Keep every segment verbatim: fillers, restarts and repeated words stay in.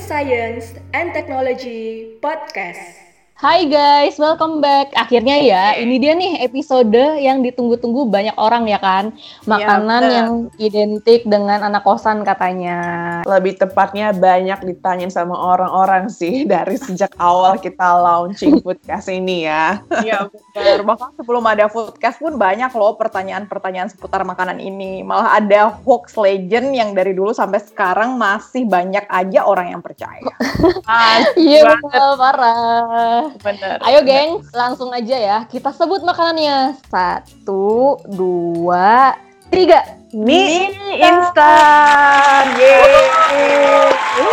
Science and Technology Podcast. Hai guys, welcome back. Akhirnya ya, ini dia nih episode yang ditunggu-tunggu banyak orang ya kan. Makanan ya, yang identik dengan anak kosan katanya. Lebih tepatnya banyak ditanyain sama orang-orang sih dari sejak awal kita launching Foodcast ini ya. Iya benar, bahkan sebelum ada Foodcast pun banyak loh pertanyaan-pertanyaan seputar makanan ini. Malah ada hoax legend yang dari dulu sampai sekarang masih banyak aja orang yang percaya. Iya betul, parah. Bener. Ayo geng, langsung aja ya. Kita sebut makanannya. Satu, dua, tiga. Mie instan. Yeay.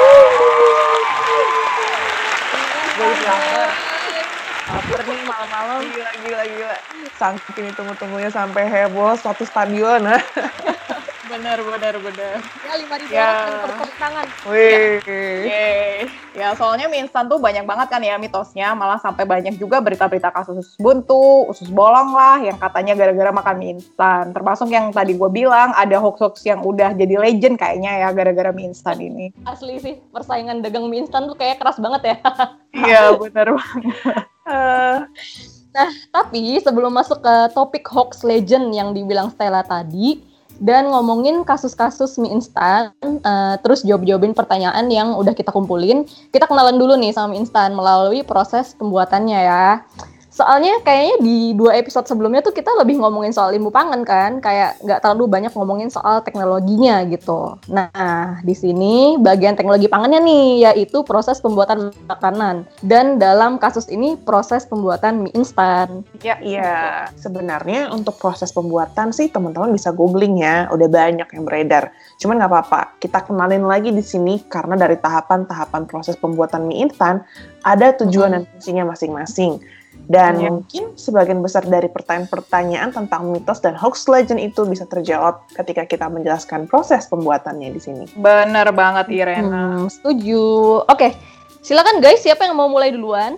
Guys, lapar. Lapar nih malam-malam. Gila, gila, gila. Saking tunggu-tunggunya sampai heboh satu stadion. Bener, bener, bener. Ya, lima ribu Ya. orang yang bertepuk tangan. Wih. Yeay. Ya, soalnya mie instan tuh banyak banget kan ya mitosnya. Malah sampai banyak juga berita-berita kasus usus buntu, usus bolong lah, yang katanya gara-gara makan mie instan. Termasuk yang tadi gue bilang, ada hoax-hoax yang udah jadi legend kayaknya ya, gara-gara mie instan ini. Asli sih, persaingan dagang mie instan tuh kayak keras banget ya. Iya, bener banget. Uh, Nah, tapi sebelum masuk ke topik hoax legend yang dibilang Stella tadi, dan ngomongin kasus-kasus mie instan, uh, terus jawab-jawabin pertanyaan yang udah kita kumpulin, kita kenalan dulu nih sama mie instan melalui proses pembuatannya ya. Soalnya kayaknya di dua episode sebelumnya tuh kita lebih ngomongin soal ilmu pangan kan, kayak nggak terlalu banyak ngomongin soal teknologinya gitu. Nah, di sini bagian teknologi pangannya nih, yaitu proses pembuatan makanan. Dan dalam kasus ini proses pembuatan mie instan. Ya, iya. Sebenarnya untuk proses pembuatan sih teman-teman bisa googling ya, udah banyak yang beredar. Cuman nggak apa-apa, kita kenalin lagi di sini karena dari tahapan-tahapan proses pembuatan mie instan ada tujuan dan fungsinya masing-masing. Dan Ya. mungkin sebagian besar dari pertanyaan-pertanyaan tentang mitos dan hoax legend itu bisa terjawab ketika kita menjelaskan proses pembuatannya di sini. Bener banget, Irena. Hmm, setuju. Oke, silakan guys, siapa yang mau mulai duluan?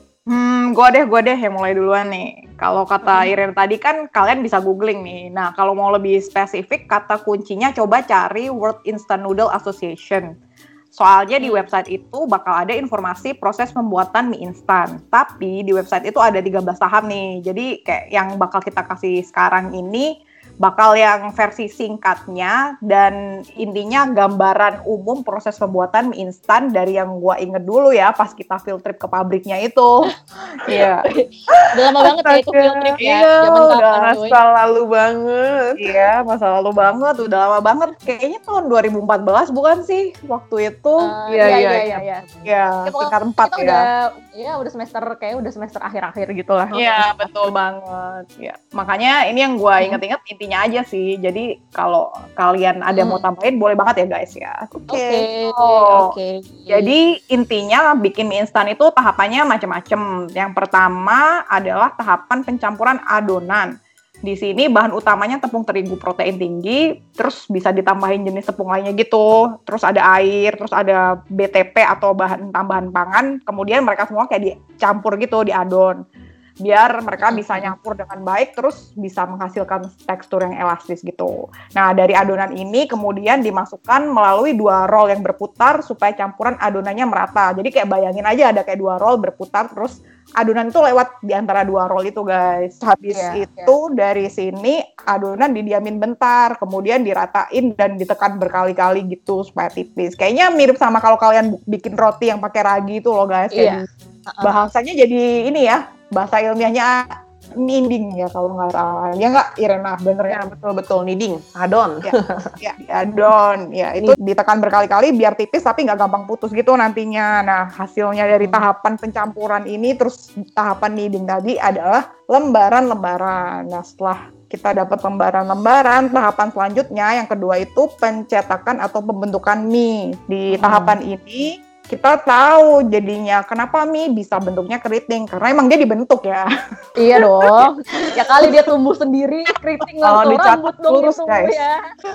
Hmm, gue deh, gue deh yang mulai duluan nih. Kalau kata Irena tadi kan kalian bisa googling nih. Nah, kalau mau lebih spesifik, kata kuncinya coba cari World Instant Noodle Association. Soalnya di website itu bakal ada informasi proses pembuatan mie instan. Tapi di website itu ada tiga belas tahap nih. Jadi kayak yang bakal kita kasih sekarang ini bakal yang versi singkatnya dan intinya gambaran umum proses pembuatan mie instan dari yang gua inget dulu ya pas kita field trip ke pabriknya itu. Iya. Udah lama banget ya itu field trip ya. Iya, Zaman udah kapan, Boy? Masa lalu banget. Iya, masa lalu banget, udah lama banget. Kayaknya tahun dua ribu empat belas bukan sih waktu itu? Uh, Iya, iya, iya, iya, iya. iya, iya. Ya, Ya, pokoknya sekitar empat kita ya. udah, ya udah semester, kayak udah semester akhir-akhir gitu lah. Iya, betul banget. Ya, makanya ini yang gue inget-inget intinya aja sih. Jadi kalau kalian ada Hmm. mau tambahin boleh banget ya guys ya. Oke, Oh, oke. Jadi intinya bikin mie instan itu tahapannya macam-macam. Yang pertama adalah tahapan pencampuran adonan. Di sini bahan utamanya tepung terigu protein tinggi, terus bisa ditambahin jenis tepung lainnya gitu. Terus ada air, terus ada B T P atau bahan tambahan pangan. Kemudian mereka semua kayak dicampur gitu, diadon. Biar mereka bisa nyampur dengan baik, terus bisa menghasilkan tekstur yang elastis gitu. Nah, dari adonan ini kemudian dimasukkan melalui dua roll yang berputar supaya campuran adonannya merata. Jadi kayak bayangin aja ada kayak dua roll berputar, terus adonan itu lewat di antara dua roll itu guys. Habis Iya, itu dari sini adonan didiamin bentar, kemudian diratain dan ditekan berkali-kali gitu supaya tipis. Kayaknya mirip sama kalau kalian bikin roti yang pakai ragi itu loh guys. Iya. Kayak bahasanya jadi ini ya, bahasa ilmiahnya kneading ya kalau nggak salah. Ya nggak, Irena, bener ya? Ya, betul-betul kneading, adon. Ya, ya, adon. Ya, itu ditekan berkali-kali biar tipis tapi nggak gampang putus gitu nantinya. Nah, hasilnya dari tahapan pencampuran ini terus tahapan kneading tadi adalah lembaran-lembaran. Nah, setelah kita dapat lembaran-lembaran, tahapan selanjutnya yang kedua itu pencetakan atau pembentukan mie. Di tahapan ini kita tahu jadinya kenapa mie bisa bentuknya keriting, karena emang dia dibentuk ya. Iya dong. Ya kali dia tumbuh sendiri, keriting Kalau langsung dicatat rambut dong lurus, itu guys. ya.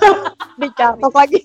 Dicatat lagi.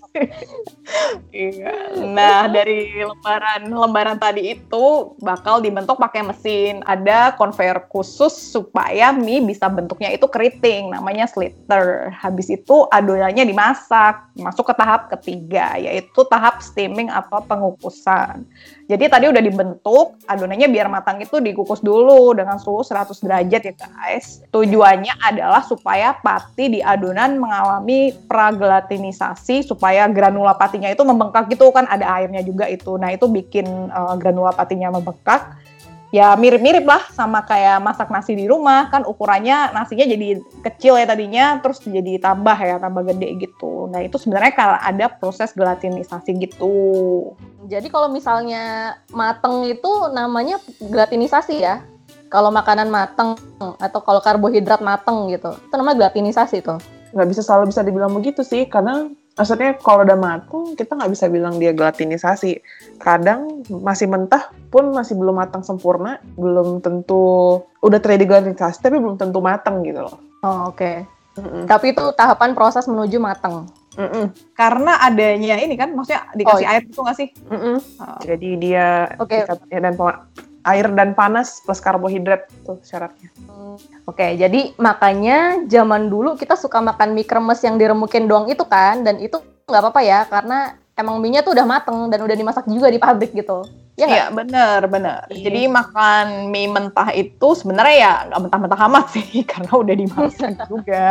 Iya. Nah, dari lembaran lembaran tadi itu bakal dibentuk pakai mesin. Ada conveyor khusus supaya mie bisa bentuknya itu keriting, namanya sliter. Habis itu adonannya dimasak, masuk ke tahap ketiga, yaitu tahap steaming atau pengukusan. instan. Jadi tadi udah dibentuk, adonannya biar matang itu dikukus dulu dengan suhu seratus derajat ya guys. Tujuannya adalah supaya pati di adonan mengalami pragelatinisasi supaya granula patinya itu membengkak gitu kan, ada airnya juga itu. Nah itu bikin uh, granula patinya membengkak. Ya mirip-mirip lah sama kayak masak nasi di rumah, kan ukurannya nasinya jadi kecil ya tadinya, terus jadi tambah ya, tambah gede gitu. Nah itu sebenarnya kalau ada proses gelatinisasi gitu. Jadi kalau misalnya mateng itu namanya gelatinisasi ya? Kalau makanan mateng atau kalau karbohidrat mateng gitu, itu namanya gelatinisasi tuh? Nggak bisa selalu bisa dibilang begitu sih, karena maksudnya kalau udah matang, kita nggak bisa bilang dia gelatinisasi. Kadang masih mentah pun masih belum matang sempurna, belum tentu udah terjadi gelatinisasi, tapi belum tentu matang gitu loh. Oh, oke. Okay. Tapi itu tahapan proses menuju matang. Mm-mm. Karena adanya ini kan, maksudnya dikasih Oh, iya. air itu nggak sih? Oh. Jadi dia Oke. okay. dan air dan panas plus karbohidrat tuh syaratnya. Oke, okay, jadi makanya zaman dulu kita suka makan mie kremes yang diremukin doang itu kan, dan itu nggak apa-apa ya, karena emang mie-nya tuh udah mateng dan udah dimasak juga di pabrik gitu. Ya nggak? Iya, bener, bener. Iya. Jadi makan mie mentah itu sebenarnya ya nggak mentah-mentah amat sih, karena udah dimasak juga.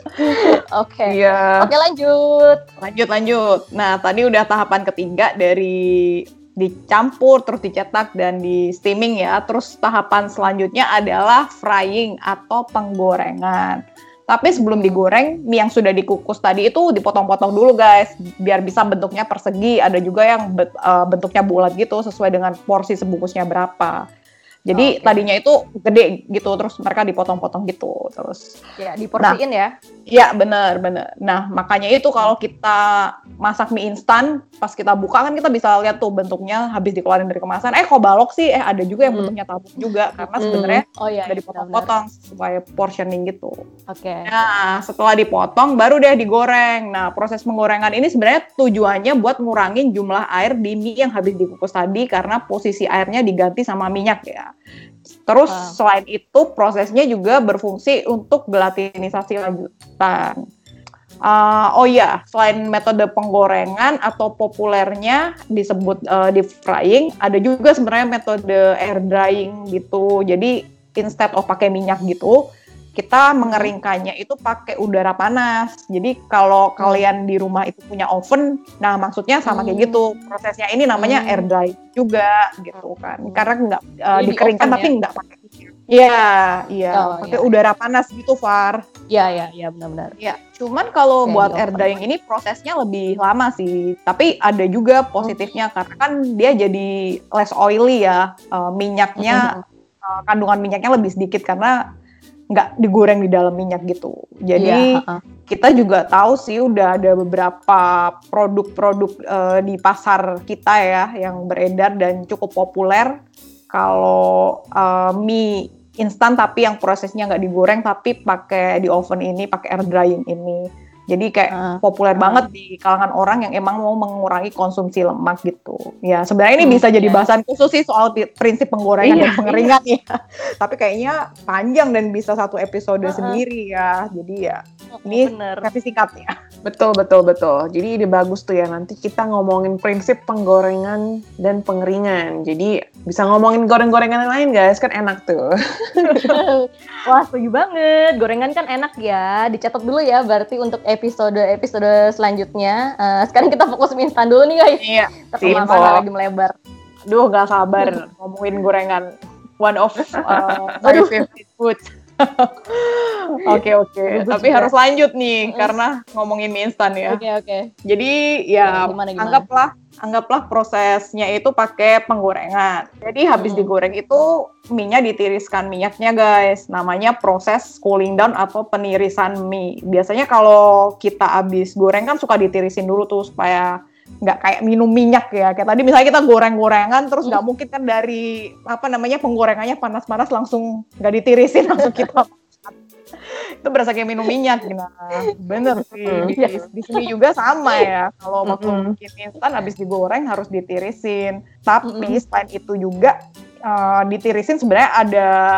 Oke. Okay. Iya. Oke, lanjut. Lanjut, lanjut. Nah, tadi udah tahapan ketiga dari dicampur, terus dicetak, dan di steaming ya. Terus tahapan selanjutnya adalah frying atau penggorengan. Tapi sebelum digoreng, mie yang sudah dikukus tadi itu dipotong-potong dulu guys, biar bisa bentuknya persegi. Ada juga yang bentuknya bulat gitu, sesuai dengan porsi sebungkusnya berapa. Jadi oh, okay. tadinya itu gede gitu, terus mereka dipotong-potong gitu, terus ya diporsiin nah, ya. Iya benar, benar. Nah makanya itu kalau kita masak mie instan, pas kita buka kan kita bisa lihat tuh bentuknya habis dikeluarin dari kemasan. Eh kok balok sih? Eh ada juga yang bentuknya tabung juga, karena sebenarnya oh, iya, udah dipotong-potong supaya portioning gitu. Oke. Okay. Nah setelah dipotong baru deh digoreng. Nah proses penggorengan ini sebenarnya tujuannya buat ngurangin jumlah air di mie yang habis dikukus tadi, karena posisi airnya diganti sama minyak ya. Terus wow. selain itu prosesnya juga berfungsi untuk gelatinisasi lanjutan. Uh, oh iya, selain metode penggorengan atau populernya disebut uh, deep frying, ada juga sebenarnya metode air drying gitu. Jadi instead of pakai minyak gitu, kita mengeringkannya itu pakai udara panas. Jadi kalau kalian di rumah itu punya oven, nah maksudnya sama kayak gitu. Prosesnya ini namanya air dry juga gitu kan. Karena nggak uh, dikeringkan di tapi ya? Nggak pakai minyak. Iya, iya. Oh, pakai iya. udara panas gitu, Far. Iya, iya, iya benar-benar. Iya. Cuman kalau Oke, buat air drying ini prosesnya lebih lama sih. Tapi ada juga positifnya karena kan dia jadi less oily ya. Uh, minyaknya mm-hmm. uh, kandungan minyaknya lebih sedikit karena nggak digoreng di dalam minyak gitu. Jadi yeah, kita juga tahu sih udah ada beberapa produk-produk uh, di pasar kita ya yang beredar dan cukup populer. Kalau uh, mie instan tapi yang prosesnya nggak digoreng tapi pakai di oven ini, pakai air drying ini. Jadi kayak uh, populer uh. banget di kalangan orang yang emang mau mengurangi konsumsi lemak gitu. Ya sebenarnya ini hmm, bisa jadi yeah. bahasan khusus sih soal prinsip penggorengan iya, dan pengeringan iya. ya. Tapi kayaknya panjang dan bisa satu episode uh-uh. sendiri ya. Jadi ya uh, ini versi singkatnya. Betul, betul, betul. Jadi ide bagus tuh ya, nanti kita ngomongin prinsip penggorengan dan pengeringan. Jadi bisa ngomongin goreng-gorengan yang lain guys, kan enak tuh. Wah setuju banget, gorengan kan enak ya. Dicatat dulu ya berarti untuk episode-episode selanjutnya. Uh, sekarang kita fokus mie instan dulu nih guys. Iya, Terus lagi melebar. Duh gak sabar ngomongin gorengan. One of uh, my favorite food. Oke oke, tapi juga. Harus lanjut nih karena ngomongin mie instan ya. Oke okay, oke. Okay. Jadi ya gimana, gimana? anggaplah anggaplah prosesnya itu pakai penggorengan. Jadi habis hmm. digoreng itu mie-nya ditiriskan minyaknya guys. Namanya proses cooling down atau penirisan mie. Biasanya kalau kita habis goreng kan suka ditirisin dulu tuh supaya nggak kayak minum minyak ya. Kayak tadi misalnya kita goreng-gorengan terus nggak mungkin kan dari apa namanya penggorengannya panas-panas langsung nggak ditirisin langsung kita itu berasa kayak minum minyak gitu. Nah, bener sih. Di, di sini juga sama ya. Kalau waktu Mm-mm. bikin instan habis digoreng harus ditirisin. Tapi Mm-mm. selain itu juga uh, ditirisin sebenarnya ada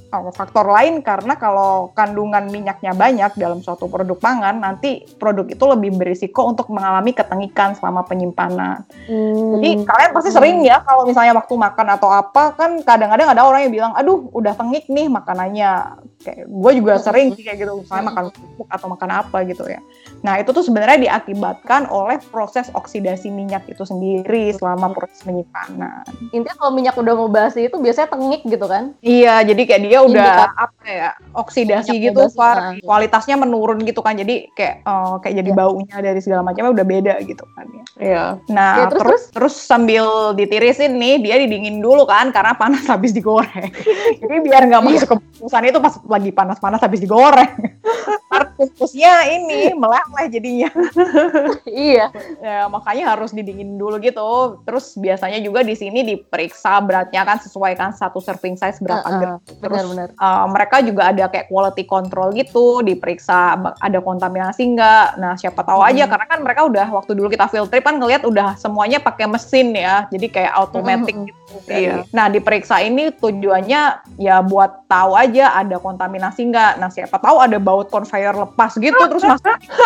oh, faktor lain karena kalau kandungan minyaknya banyak dalam suatu produk pangan, nanti produk itu lebih berisiko untuk mengalami ketengikan selama penyimpanan. Hmm. Jadi kalian pasti sering ya kalau misalnya waktu makan atau apa kan kadang-kadang ada orang yang bilang, aduh udah tengik nih makanannya. Kayak gue juga sering sih kayak gitu, misalnya makan kerupuk atau makan apa gitu ya. Nah itu tuh sebenarnya diakibatkan oleh proses oksidasi minyak itu sendiri selama proses penyimpanan. Intinya kalau minyak udah mau basi itu biasanya tengik gitu kan? Iya, jadi kayak dia udah Indikator. apa ya, oksidasi Minyak gitu, bebas, Far. nah. Kualitasnya menurun gitu kan, jadi kayak eh, kayak jadi Iya. baunya dari segala macamnya udah beda gitu kan ya. Iya. Nah, Ya, terus, terus, terus sambil ditirisin nih, dia didingin dulu kan karena panas habis digoreng. Jadi biar nggak masuk ke bungkusan itu pas lagi panas-panas habis digoreng. Ntar bungkusnya ini meleleh jadinya. Iya. Ya, makanya harus didingin dulu gitu. Terus biasanya juga di sini diperiksa beratnya kan sesuaikan satu serving size berapa Uh-uh, gram. Terus benar-benar. uh, mereka juga ada kayak quality control gitu, diperiksa ba- ada kontaminasi nggak. Nah siapa tahu aja Hmm. karena kan mereka udah waktu dulu kita field trip kan ngelihat udah semuanya pakai mesin ya, jadi kayak automatic Hmm. gitu. Iya. Nah diperiksa ini tujuannya ya buat tahu aja ada kontaminasi nggak. Nah siapa tahu ada baut conveyor lepas gitu terus mas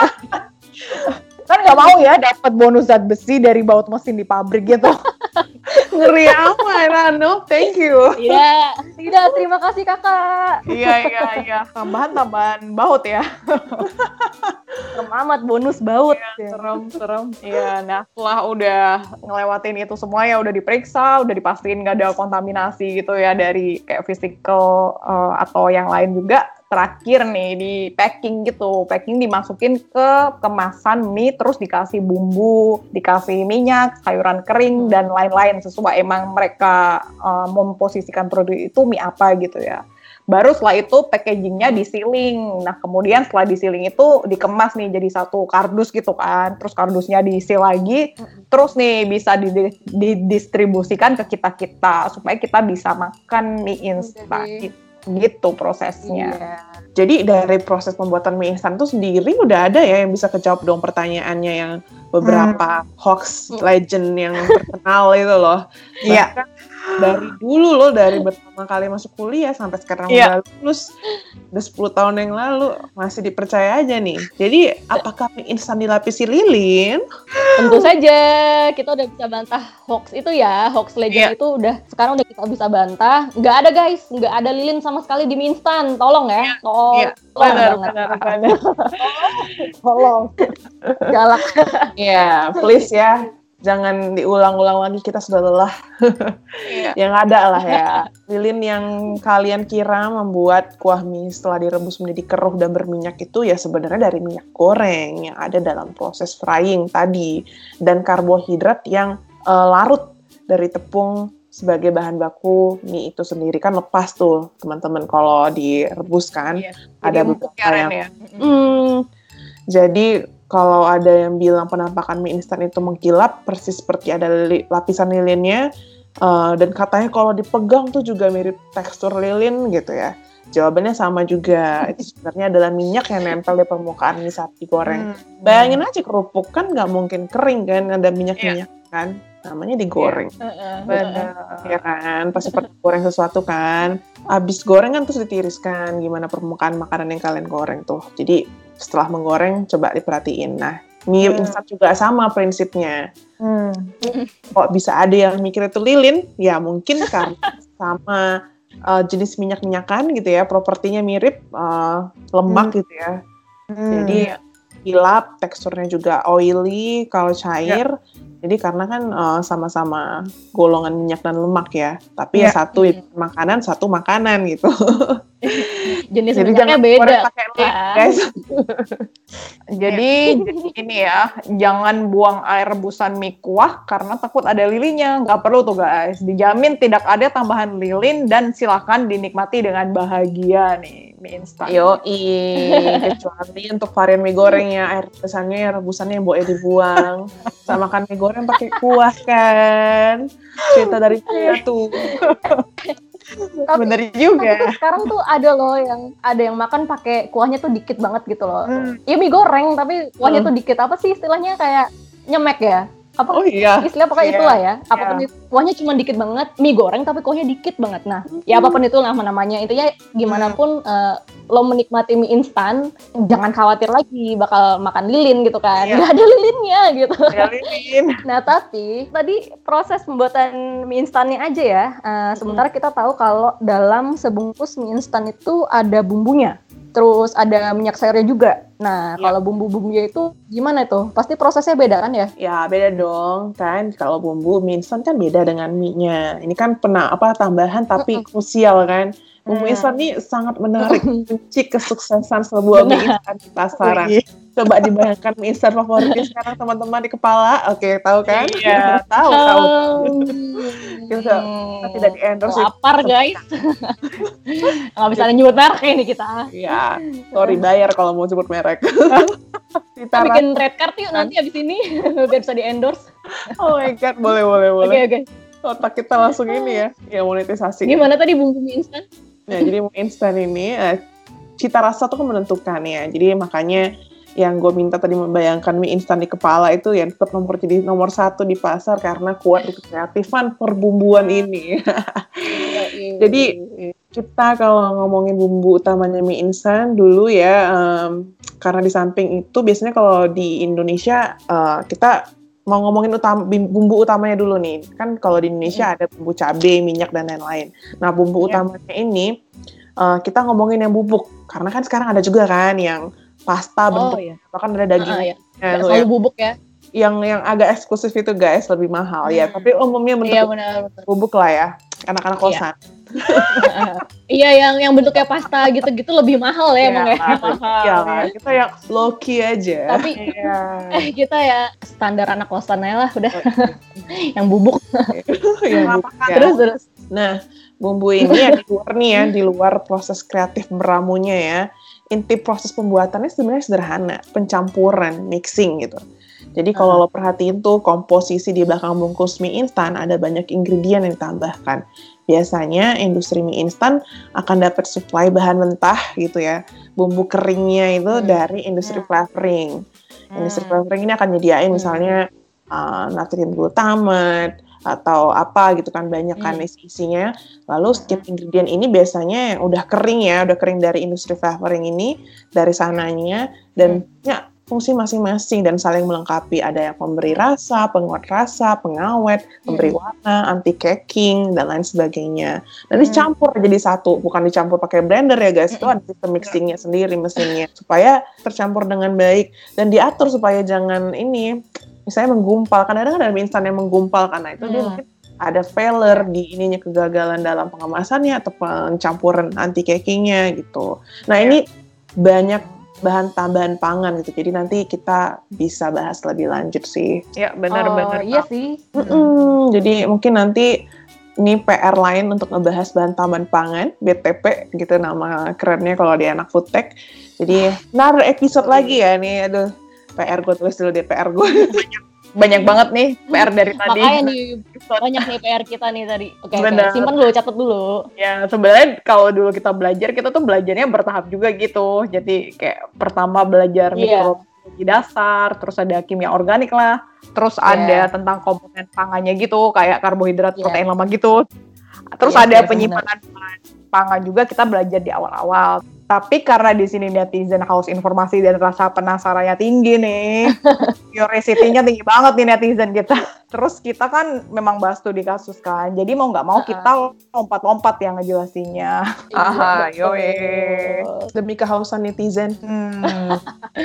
kan nggak mau ya dapat bonus zat besi dari baut mesin di pabrik gitu. Ngeri apa, Rano? Thank you. Iya. Tidak, terima kasih kakak. Iya iya iya, tambahan-tambahan baut ya. Serem amat bonus baut. Serem serem. Iya, nah setelah udah ngelewatin itu semua ya udah diperiksa, udah dipastiin nggak ada kontaminasi gitu ya dari kayak physical uh, atau yang lain juga. Terakhir nih di packing gitu, packing dimasukin ke kemasan mie, terus dikasih bumbu, dikasih minyak, sayuran kering dan lain-lain sesuai emang mereka uh, memposisikan produk itu mie apa gitu ya. Baru setelah itu packagingnya disiling. Nah kemudian setelah disiling itu dikemas nih jadi satu kardus gitu kan. Terus kardusnya disil lagi. Terus nih bisa didi- didistribusikan ke kita-kita supaya kita bisa makan mie instan. Jadi- Gitu prosesnya. Iya. Jadi dari proses pembuatan mie instan itu sendiri udah ada ya yang bisa kejawab dong pertanyaannya yang beberapa hoax legend yang terkenal itu loh. Iya. Bahkan dari dulu loh, dari pertama kali masuk kuliah sampai sekarang Iya. udah lulus, udah sepuluh tahun yang lalu masih dipercaya aja nih. Jadi apakah mie instan dilapisi lilin? Tentu saja kita udah bisa bantah hoax itu ya, hoax legend Iya. itu udah sekarang udah kita bisa bantah. Nggak ada guys, nggak ada lilin sama sekali di mie instan. Tolong ya, tolong. Iya, Tolong benar, banget. benar, benar. Tolong. Galak. Ya, please ya. Jangan diulang-ulang lagi, kita sudah lelah. Iya. Yang ada lah ya. Lilin yang kalian kira membuat kuah mie setelah direbus menjadi keruh dan berminyak itu ya sebenarnya dari minyak goreng yang ada dalam proses frying tadi. Dan karbohidrat yang eh, larut dari tepung sebagai bahan baku mie itu sendiri. Kan lepas tuh teman-teman kalau direbus kan. Iya. Ada Jadi beberapa empuk ya, Ren, yang ya. Hmm, jadi kalau ada yang bilang penampakan mie instan itu mengkilap, persis seperti ada li- lapisan lilinnya, uh, dan katanya kalau dipegang tuh juga mirip tekstur lilin gitu ya. Jawabannya sama juga. Itu sebenarnya adalah minyak yang nempel di permukaan mie saat digoreng. Hmm. Bayangin aja kerupuk kan nggak mungkin kering kan, ada minyak-minyak kan. Namanya digoreng. Benar. Ya kan, pas seperti goreng sesuatu kan, abis goreng kan terus ditiriskan gimana permukaan makanan yang kalian goreng tuh. Jadi setelah menggoreng coba diperhatiin. Nah, mie Hmm. instan juga sama prinsipnya. Hmm. Kok bisa ada yang mikir itu lilin? Ya mungkin karena sama uh, jenis minyak-minyakan gitu ya, propertinya mirip, uh, lemak Hmm. gitu ya. Hmm. Jadi kilap, teksturnya juga oily kalau cair. Jadi karena kan uh, sama-sama golongan minyak dan lemak ya. Tapi Ya. yang satu itu makanan, satu makanan gitu. Jenis Jadi minyaknya jangan beda. goreng pakai lilin, kan? guys. Jadi, jadi ini ya, jangan buang air rebusan mie kuah karena takut ada lilinnya. Nggak perlu tuh guys. Dijamin tidak ada tambahan lilin dan silakan dinikmati dengan bahagia nih mie instan. Yoi, kecuali untuk varian mie goreng ya, air rebusannya, rebusannya yang boleh dibuang. Sama makan mie goreng pakai kuah kan. Cerita dari saya tuh. Tapi- Bener Tapi juga. tuh sekarang tuh ada loh yang ada yang makan pakai kuahnya tuh dikit banget gitu loh. Hmm. Iya mie goreng tapi kuahnya Hmm. tuh dikit, apa sih istilahnya, kayak nyemek ya? apa Oh iya. istilah pokoknya Iya. itulah ya. Apapun Iya. itu kuahnya cuma dikit banget, mie goreng tapi kuahnya dikit banget. Nah, ya apapun itu nama namanya. Intinya gimana pun uh, lo menikmati mie instan, jangan khawatir lagi bakal makan lilin gitu kan. Iya. Nggak ada lilinnya gitu. Ya, Lilin. Nah, tapi tadi proses pembuatan mie instannya aja ya. Uh, sementara kita tahu kalau dalam sebungkus mie instan itu ada bumbunya. Terus ada minyak sayurnya juga. Nah, Ya. kalau bumbu-bumbunya itu gimana itu? Pasti prosesnya beda kan ya? Ya beda dong kan, kalau bumbu mie instan kan beda dengan mie-nya. Ini kan pernah apa tambahan tapi Mm-mm. krusial kan. Bumbu Hmm. instan ini sangat menarik kunci kesuksesan sebuah mie instan di pasaran. Oh, iya. Coba dibayangkan mie instan favoritnya sekarang teman-teman di kepala. Oke, tahu kan? Iya. tahu tahu. Hmm. Kita, kita tidak di endorse. Lapar guys. Nggak bisa nyebut merek ini kita. Iya, sorry bayar kalau mau sebut merek. Kita Kita bikin red card yuk nanti abis ini biar bisa di endorse. Oh my god, boleh boleh Oke boleh. oke. Otak kita langsung ini ya, ya monetisasi. Gimana tadi bumbu mie instan? Nah, jadi mie instan ini eh, cita rasa tuh kan menentukan ya. Jadi makanya yang gue minta tadi membayangkan mie instan di kepala itu yang tetap nomor jadi nomor satu di pasar karena kuat di kreatifan perbumbuan ini. Jadi kita kalau ngomongin bumbu utamanya mie instan dulu ya, um, karena di samping itu biasanya kalau di Indonesia uh, kita mau ngomongin utama, bumbu utamanya dulu nih. Kan kalau di Indonesia ada bumbu cabai, minyak, dan lain-lain. Nah, bumbu Iya. utamanya ini uh, kita ngomongin yang bubuk. Karena kan sekarang ada juga kan yang pasta Oh bentuknya, iya. bahkan ada daging. Ah, iya. Nah, Nggak tuh selalu yang, bubuk ya. yang yang agak eksklusif itu guys lebih mahal ya. Tapi umumnya bentuk Iya benar. benar. bubuk lah ya. Anak-anak Iya. kosan. Iya yang yang bentuknya pasta gitu-gitu lebih mahal ya emang ya. Iya kan, kita yang low key aja. Tapi Iya. eh kita ya standar anak kosan aja lah udah yang bubuk. Yang Kenapa bubuk kan? ya. Terus terus. Nah, bumbu ini ya di luar nih ya, di luar proses kreatif meramunya ya. Inti proses pembuatannya sebenarnya sederhana, pencampuran, mixing gitu. Jadi kalau lo perhatiin tuh komposisi di belakang bungkus mie instan ada banyak ingredient yang ditambahkan. Biasanya industri mie instan akan dapat supply bahan mentah gitu ya. Bumbu keringnya itu Hmm. dari industri flavoring. Industri flavoring ini akan nyediain Hmm. misalnya uh, natrium glutamate atau apa gitu kan, banyak kan Hmm. isi-isinya. Lalu setiap ingredient ini biasanya yang udah kering ya, udah kering dari industri flavoring ini, dari sananya, dan punya fungsi masing-masing dan saling melengkapi. Ada yang pemberi rasa, penguat rasa, pengawet, pemberi warna, anti caking, dan lain sebagainya. Dan dicampur jadi satu, bukan dicampur pakai blender ya guys, itu ada sistem mixingnya sendiri mesinnya, supaya tercampur dengan baik, dan diatur supaya jangan ini, misalnya menggumpal, kadang-kadang ada mie instan yang menggumpal, karena itu dia Hmm. mungkin ada failure di ininya, kegagalan dalam pengemasannya atau pencampuran anti cakingnya gitu. Nah ini banyak bahan tambahan pangan gitu, jadi nanti kita bisa bahas lebih lanjut sih. Ya benar-benar. Oh, iya sih. Mm-mm, jadi mungkin nanti ini P R lain untuk ngebahas bahan tambahan pangan, B T P gitu nama kerennya kalau di anak food tech. Jadi another episode lagi ya nih, aduh P R gue tulis dulu deh P R gue. Banyak banget nih P R dari tadi. Makanya nih banyak nih P R kita nih tadi. Oke, oke. Benar. Simpan dulu, catat dulu. Ya sebenarnya kalau dulu kita belajar, kita tuh belajarnya bertahap juga gitu. Jadi kayak pertama belajar Iya. mikrobiologi dasar, terus ada kimia organik lah, terus Iya. ada tentang komponen pangannya gitu, kayak karbohidrat, Iya. protein lemak gitu. Terus Iya, ada iya, penyimpanan pangan juga kita belajar di awal-awal. Tapi karena di sini netizen haus informasi dan rasa penasarannya tinggi nih, curiosity-nya tinggi banget nih netizen kita. Terus kita kan memang bahas tuh di kasus kan, jadi mau nggak mau kita lompat-lompat yang ngejelasinnya. Aha, Iya, yoi. betul. Demi kehausan netizen. Hmm.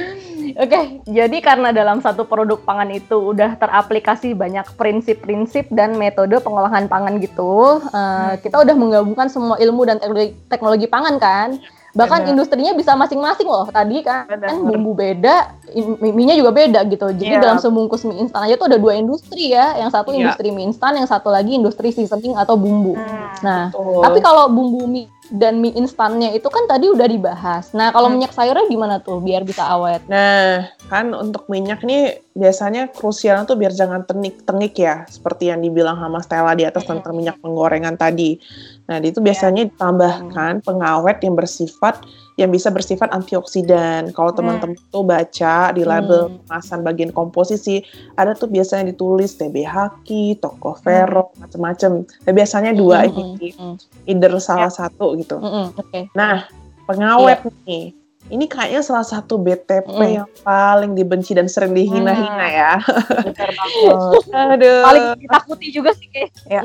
Oke, jadi karena dalam satu produk pangan itu udah teraplikasi banyak prinsip-prinsip dan metode pengolahan pangan gitu, eh, kita udah menggabungkan semua ilmu dan teknologi, teknologi pangan kan. Bahkan Benar. industrinya bisa masing-masing loh. Tadi kan, Benar. kan bumbu beda, in- mie-nya juga beda gitu. Jadi Iya. dalam sebungkus mie instan aja tuh ada dua industri ya. Yang satu Iya. industri mie instan, yang satu lagi industri seasoning atau bumbu. Hmm. Nah, Betul. tapi kalau bumbu mie dan mie instannya itu kan tadi udah dibahas. Nah, kalau Hmm. minyak sayurnya gimana tuh biar bisa awet? Nah, kan untuk minyak nih biasanya krusialnya tuh biar jangan tenik-tengik ya, seperti yang dibilang sama Stella di atas tentang minyak penggorengan tadi. Nah, itu biasanya ditambahkan pengawet yang bersifat yang bisa bersifat antioksidan. Kalau teman-teman tuh baca di label kemasan bagian komposisi, ada tuh biasanya ditulis T B H Q, tocopherol, hmm. macam-macam. Nah, biasanya dua hmm, ini, hmm. either salah ya. satu gitu. Hmm, okay. Nah, pengawet yeah. nih. Ini kayaknya salah satu B T P mm. yang paling dibenci dan sering dihina-hina mm. ya. Benar banget. Aduh. Paling ditakuti juga sih kayak. Ya.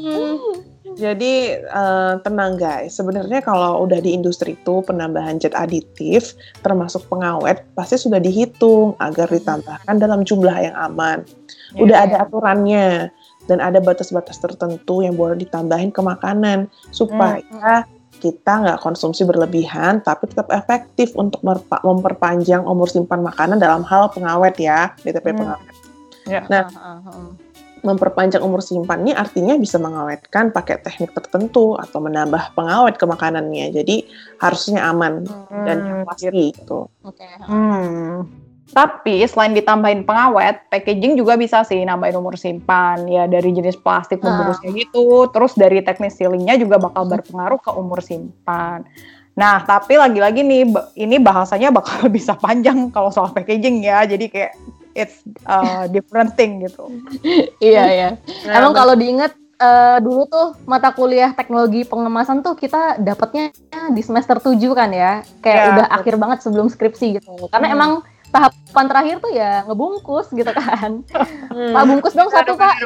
Jadi uh, tenang guys, sebenarnya kalau udah di industri itu penambahan zat aditif, termasuk pengawet, pasti sudah dihitung agar ditambahkan dalam jumlah yang aman. Yeah. Udah ada aturannya dan ada batas-batas tertentu yang boleh ditambahin ke makanan supaya mm. kita nggak konsumsi berlebihan, tapi tetap efektif untuk merpa- memperpanjang umur simpan makanan dalam hal pengawet ya, B T P hmm. pengawet. Ya. Nah, uh, uh, uh. memperpanjang umur simpan ini artinya bisa mengawetkan pakai teknik tertentu atau menambah pengawet ke makanannya. Jadi harusnya aman hmm. dan yang pasti gitu. Oke. Okay. Hmm. Tapi selain ditambahin pengawet, packaging juga bisa sih nambahin umur simpan. Ya dari jenis plastik pembungkusnya ah. gitu, terus dari teknis sealingnya juga bakal berpengaruh ke umur simpan. Nah, tapi lagi-lagi nih, ini bahasanya bakal bisa panjang kalau soal packaging ya. Jadi kayak it's a different thing gitu. Iya, iya. Nah, emang kalau diingat uh, dulu tuh mata kuliah teknologi pengemasan tuh kita dapatnya di semester tujuh kan ya. Kayak yeah. udah akhir banget sebelum skripsi gitu. Karena hmm. emang tahapan terakhir tuh ya ngebungkus gitu kan. Hmm. Pak bungkus dong satu Pak.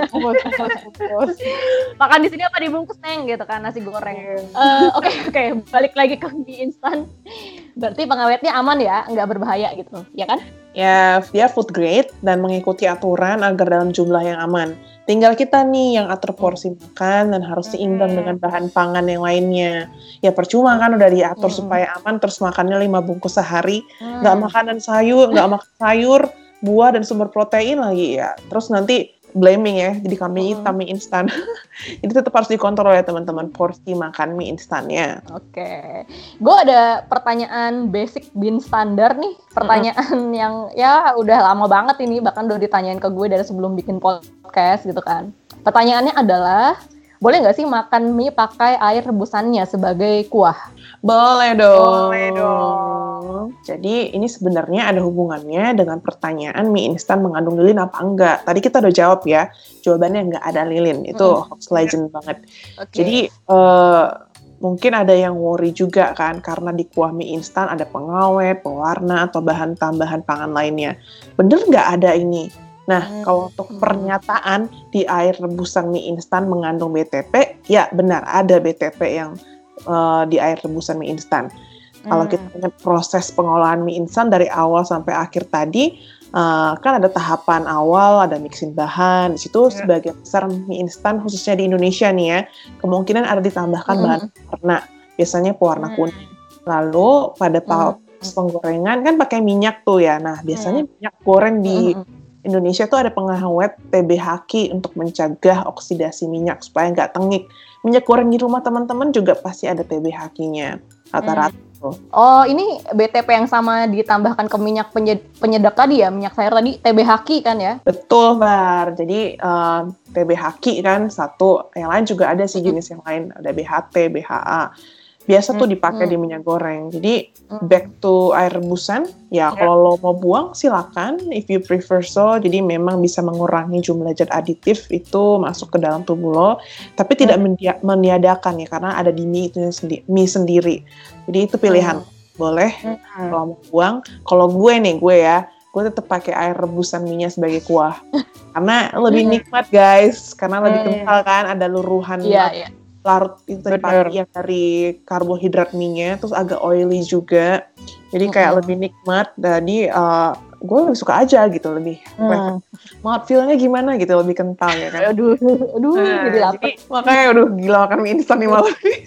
Makan di sini apa dibungkus Neng gitu kan, nasi goreng. Oke uh, oke okay, okay. Balik lagi ke mie instan. Berarti pengawetnya aman ya, nggak berbahaya gitu, ya kan? Ya, dia food grade dan mengikuti aturan agar dalam jumlah yang aman. Tinggal kita nih yang atur porsi makan dan harus seimbang hmm. dengan bahan pangan yang lainnya. Ya percuma kan udah diatur hmm. supaya aman, terus makannya lima bungkus sehari, nggak hmm. makanan sayur, nggak makan sayur, buah dan sumber protein lagi ya. Terus nanti blaming ya, jadi kami hitam mie instan. Itu tetap harus dikontrol ya teman-teman, porsi makan mie instannya. Oke, okay. Gue ada pertanyaan basic bin standar nih, pertanyaan mm-hmm. yang ya udah lama banget ini, bahkan udah ditanyain ke gue dari sebelum bikin podcast gitu kan. Pertanyaannya adalah, boleh nggak sih makan mie pakai air rebusannya sebagai kuah? Boleh dong. Boleh dong. Jadi ini sebenarnya ada hubungannya dengan pertanyaan mie instan mengandung lilin apa enggak. Tadi kita udah jawab ya, jawabannya enggak ada lilin. Itu hmm. hoax legend banget. Okay. Jadi uh, mungkin ada yang worry juga kan, karena di kuah mie instan ada pengawet, pewarna, atau bahan tambahan pangan lainnya. Bener nggak ada ini? Nah, hmm. kalau untuk pernyataan di air rebusan mie instan mengandung B T P, ya benar ada B T P yang uh, di air rebusan mie instan. Hmm. Kalau kita ingat proses pengolahan mie instan dari awal sampai akhir tadi, uh, kan ada tahapan awal, ada mixing bahan. Di situ yeah. sebagian besar mie instan, khususnya di Indonesia nih ya, kemungkinan ada ditambahkan hmm. bahan pewarna, biasanya pewarna hmm. kuning. Lalu pada proses hmm. penggorengan kan pakai minyak tuh ya. Nah, biasanya hmm. minyak goreng di hmm. Indonesia tuh ada pengawet T B H Q untuk mencegah oksidasi minyak supaya nggak tengik. Minyak goreng di rumah teman-teman juga pasti ada T B H Q-nya rata-rata. Hmm. Oh, ini B T P yang sama ditambahkan ke minyak penyedap tadi ya, minyak sayur tadi T B H Q kan ya? Betul, Bar. Jadi uh, T B H Q kan satu, yang lain juga ada sih jenis yang lain, ada B H T, B H A. Biasa tuh dipakai hmm. di minyak goreng. Jadi back to air rebusan, ya yeah. kalau lo mau buang silakan, if you prefer so. Jadi memang bisa mengurangi jumlah zat aditif itu masuk ke dalam tubuh lo, tapi hmm. tidak mendia- meniadakan ya, karena ada di mie itu sendi- mie sendiri. Jadi itu pilihan. Hmm. Boleh hmm. kalau mau buang. Kalau gue nih, gue ya, gue tetap pakai air rebusan mie-nya sebagai kuah. Karena lebih nikmat guys, karena lebih kental kan, ada luruhan. Iya, iya. Larut itu tadi pagi yang dari karbohidrat mie-nya, terus agak oily juga, jadi kayak mm-hmm. lebih nikmat. Jadi uh, gue lebih suka aja gitu, lebih mm. banget feelnya gimana gitu, lebih kental ya kan. Aduh, aduh, nah, jadi lapar. Jadi, makanya udah gila makan mie instan nih malam ini.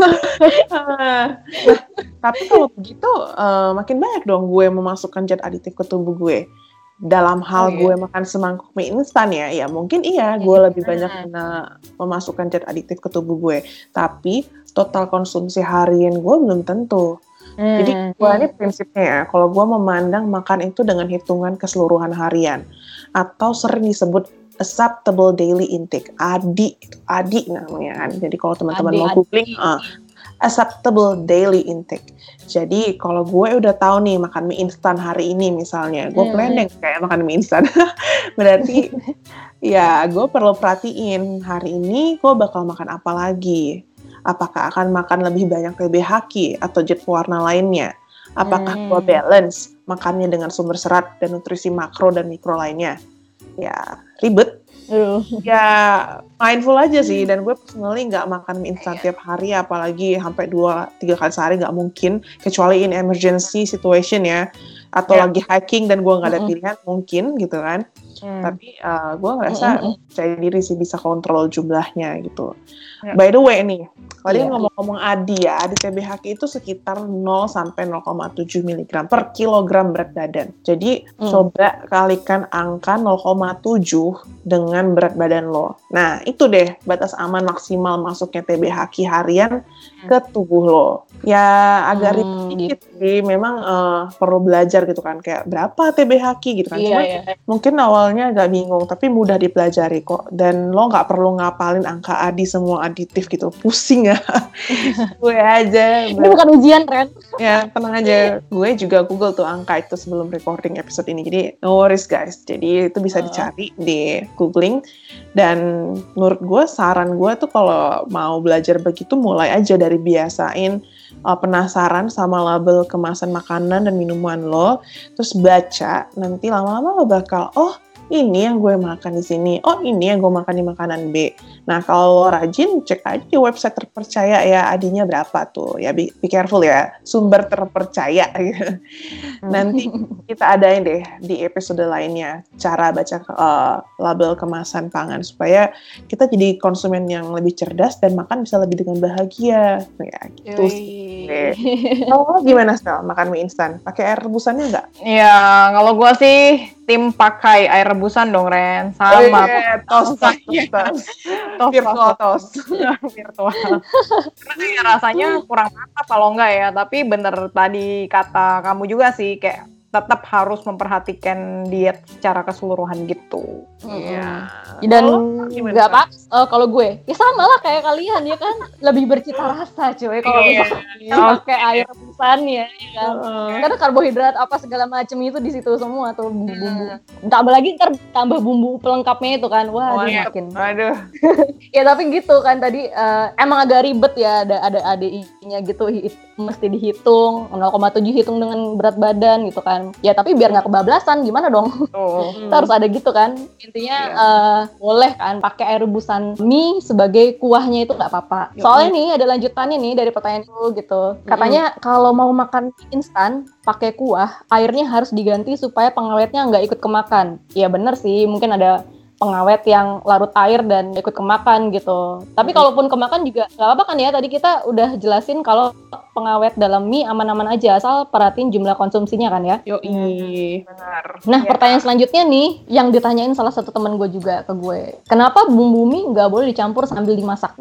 Nah, tapi kalau begitu uh, makin banyak dong gue memasukkan zat aditif ke tubuh gue. Dalam hal oh, iya. gue makan semangkuk mie instan ya, ya mungkin iya gue hmm. lebih banyak kena memasukkan zat aditif ke tubuh gue. Tapi total konsumsi harian gue belum tentu. Hmm. Jadi gue ini prinsipnya ya, kalau gue memandang makan itu dengan hitungan keseluruhan harian atau sering disebut acceptable daily intake, A D I, A D I namanya kan. Jadi kalau teman-teman mau googling, uh, acceptable daily intake. Jadi kalau gue udah tahu nih makan mie instan hari ini misalnya, gue Hmm. planning kayak makan mie instan. Berarti ya gue perlu perhatiin hari ini gue bakal makan apa lagi. Apakah akan makan lebih banyak T B H Q atau zat pewarna lainnya? Apakah Hmm. gue balance makannya dengan sumber serat dan nutrisi makro dan mikro lainnya? Ya ribet. Aduh. Ya mindful aja sih, dan gue personally nggak makan mie instan tiap hari, apalagi sampai dua tiga kali sehari nggak mungkin, kecuali in emergency situation ya, atau Ya. lagi hiking dan gue nggak ada Mm-mm. pilihan mungkin gitu kan. Hmm. Tapi uh, gue ngerasa Mm-mm. percaya diri sih bisa kontrol jumlahnya gitu. Ya. By the way nih, tadi Iya. ngomong-ngomong A D I ya, A D I T B H Q itu sekitar nol sampai nol koma tujuh miligram per kilogram berat badan. Jadi Hmm. coba kalikan angka nol koma tujuh dengan berat badan lo. Nah itu deh batas aman maksimal masuknya T B H Q harian ke tubuh lo. Ya agak ribet Hmm, dikit sih, memang uh, perlu belajar gitu kan, kayak berapa T B H Q gitu kan. Iya, Cuma iya. mungkin awalnya agak bingung, tapi mudah dipelajari kok. Dan lo nggak perlu ngapalin angka A D I semua aditif gitu, pusing ya. Gue aja, Ini bukan ujian, Ren. ya tenang aja. Gue juga Google tuh angka itu sebelum recording episode ini. Jadi no worries guys. Jadi itu bisa Uh. dicari di googling. Dan menurut gue saran gue tuh kalau mau belajar begitu mulai aja dari biasain uh, penasaran sama label kemasan makanan dan minuman lo, terus baca. Nanti lama-lama lo bakal oh ini yang gue makan di sini, oh ini yang gue makan di makanan B. Nah kalau lo rajin, cek aja di website terpercaya ya, A D I-nya berapa tuh. Ya be, be careful ya, sumber terpercaya. Nanti kita adain deh di episode lainnya, cara baca uh, label kemasan pangan, supaya kita jadi konsumen yang lebih cerdas dan makan bisa lebih dengan bahagia. Ya gitu sih. Kalau lo gimana Stel, makan mie instan? Pakai air rebusannya nggak? Ya, kalau gue sih tim pakai air rebusan dong, Ren. Sama. Eh, tos, tos, tos, tos. Tos, Virtual tos, tos. virtual. Karena kayak rasanya kurang mantap kalau enggak ya. Tapi bener tadi kata kamu juga sih, kayak tetap harus memperhatikan diet secara keseluruhan gitu. Iya. Dan Kalau gimana, nggak Sel? apa, eh, kalau gue ya sama lah kayak kalian ya kan, lebih bercita rasa cuy kalau Iya. misalnya pakai air rebusan ya, ya kan. Heeh. Karena karbohidrat apa segala macam itu di situ semua tuh bumbu-bumbu. Tambah lagi ntar tambah bumbu pelengkapnya itu kan, wah aduh, Mantap. makin. Aduh. Ya tapi gitu kan tadi eh, emang agak ribet ya, ada ada A D I-nya gitu, hi- mesti dihitung nol koma tujuh hitung dengan berat badan gitu kan. Ya tapi biar nggak kebablasan gimana dong? Tuh. Kita harus ada gitu kan. Intinya Iya. eh, boleh kan pakai air rebusan mie sebagai kuahnya itu nggak apa-apa. Soalnya nih ada lanjutannya nih dari pertanyaan itu gitu. Katanya kalau mau makan mie instan pakai kuah, airnya harus diganti supaya pengawetnya nggak ikut kemakan. Ya bener sih, mungkin ada pengawet yang larut air dan ikut kemakan gitu. Tapi kalaupun kemakan juga nggak apa-apa kan ya. Tadi kita udah jelasin kalau pengawet dalam mie aman-aman aja asal perhatiin jumlah konsumsinya kan ya. Yoi. Benar. Nah, Ya. pertanyaan selanjutnya nih, yang ditanyain salah satu teman gue juga ke gue. Kenapa bumbu mie nggak boleh dicampur sambil dimasak?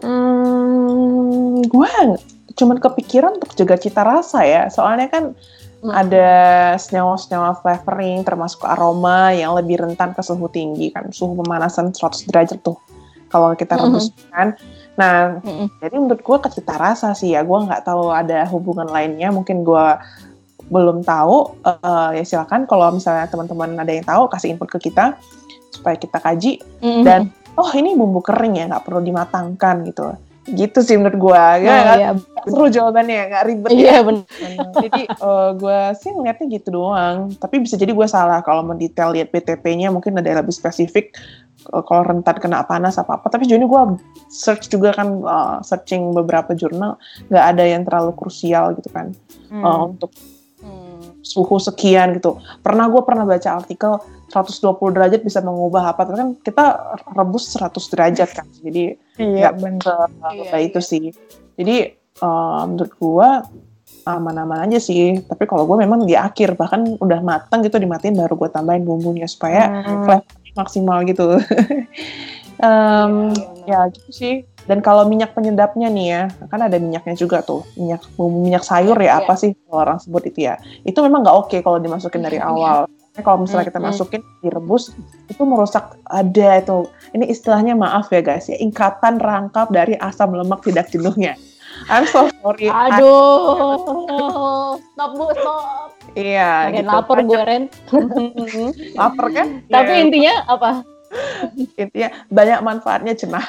Hmm, gue cuman kepikiran untuk jaga cita rasa ya. Soalnya kan Hmm. ada senyawa-senyawa flavoring termasuk aroma yang lebih rentan ke suhu tinggi kan. Suhu pemanasan seratus derajat tuh kalau kita rebus kan. Nah, Mm-mm. jadi menurut gue ke cita rasa sih ya. Gue nggak tahu ada hubungan lainnya. Mungkin gue belum tahu. Eh, ya silakan kalau misalnya teman-teman ada yang tahu kasih input ke kita supaya kita kaji. Mm-mm. Dan oh ini bumbu kering ya, nggak perlu dimatangkan gitu. Gitu sih menurut gue. Ya, Nah, nggak iya, seru jawabannya, nggak ribet iya ya. benar. Jadi eh, gue sih ngeliatnya gitu doang. Tapi bisa jadi gue salah kalau mendetail lihat B T P-nya mungkin ada yang lebih spesifik. eh, Kalau rentan kena panas apa-apa. Tapi sejauh ini gue search juga kan, eh, searching beberapa jurnal, nggak ada yang terlalu krusial gitu kan. Hmm. eh, untuk Hmm. suhu sekian gitu. Pernah gue pernah baca artikel seratus dua puluh derajat bisa mengubah apa, tapi kan kita rebus seratus derajat kan. Jadi Iya, nggak benar. kayak itu sih. Jadi uh, menurut gue aman-aman aja sih. Tapi kalau gue memang di akhir bahkan udah matang gitu dimatiin baru gue tambahin bumbunya supaya Hmm. flavor maksimal gitu. um, Ya gitu sih. Dan kalau minyak penyedapnya nih ya, kan ada minyaknya juga tuh, minyak bumbu minyak sayur ya, apa Iya. sih kalau orang sebut itu ya. Itu memang nggak oke kalau dimasukin dari awal. Karena kalau misalnya kita Mm-mm. masukin direbus, itu merusak ada itu. Ini istilahnya maaf ya guys ya, ikatan rangkap dari asam lemak tidak jenuhnya. I'm so sorry. Aduh, stop bu, stop. Iya. Makin gitu. lapar gue Ren. Lapar kan? Tapi Iya. intinya apa? Intinya banyak manfaatnya cenah.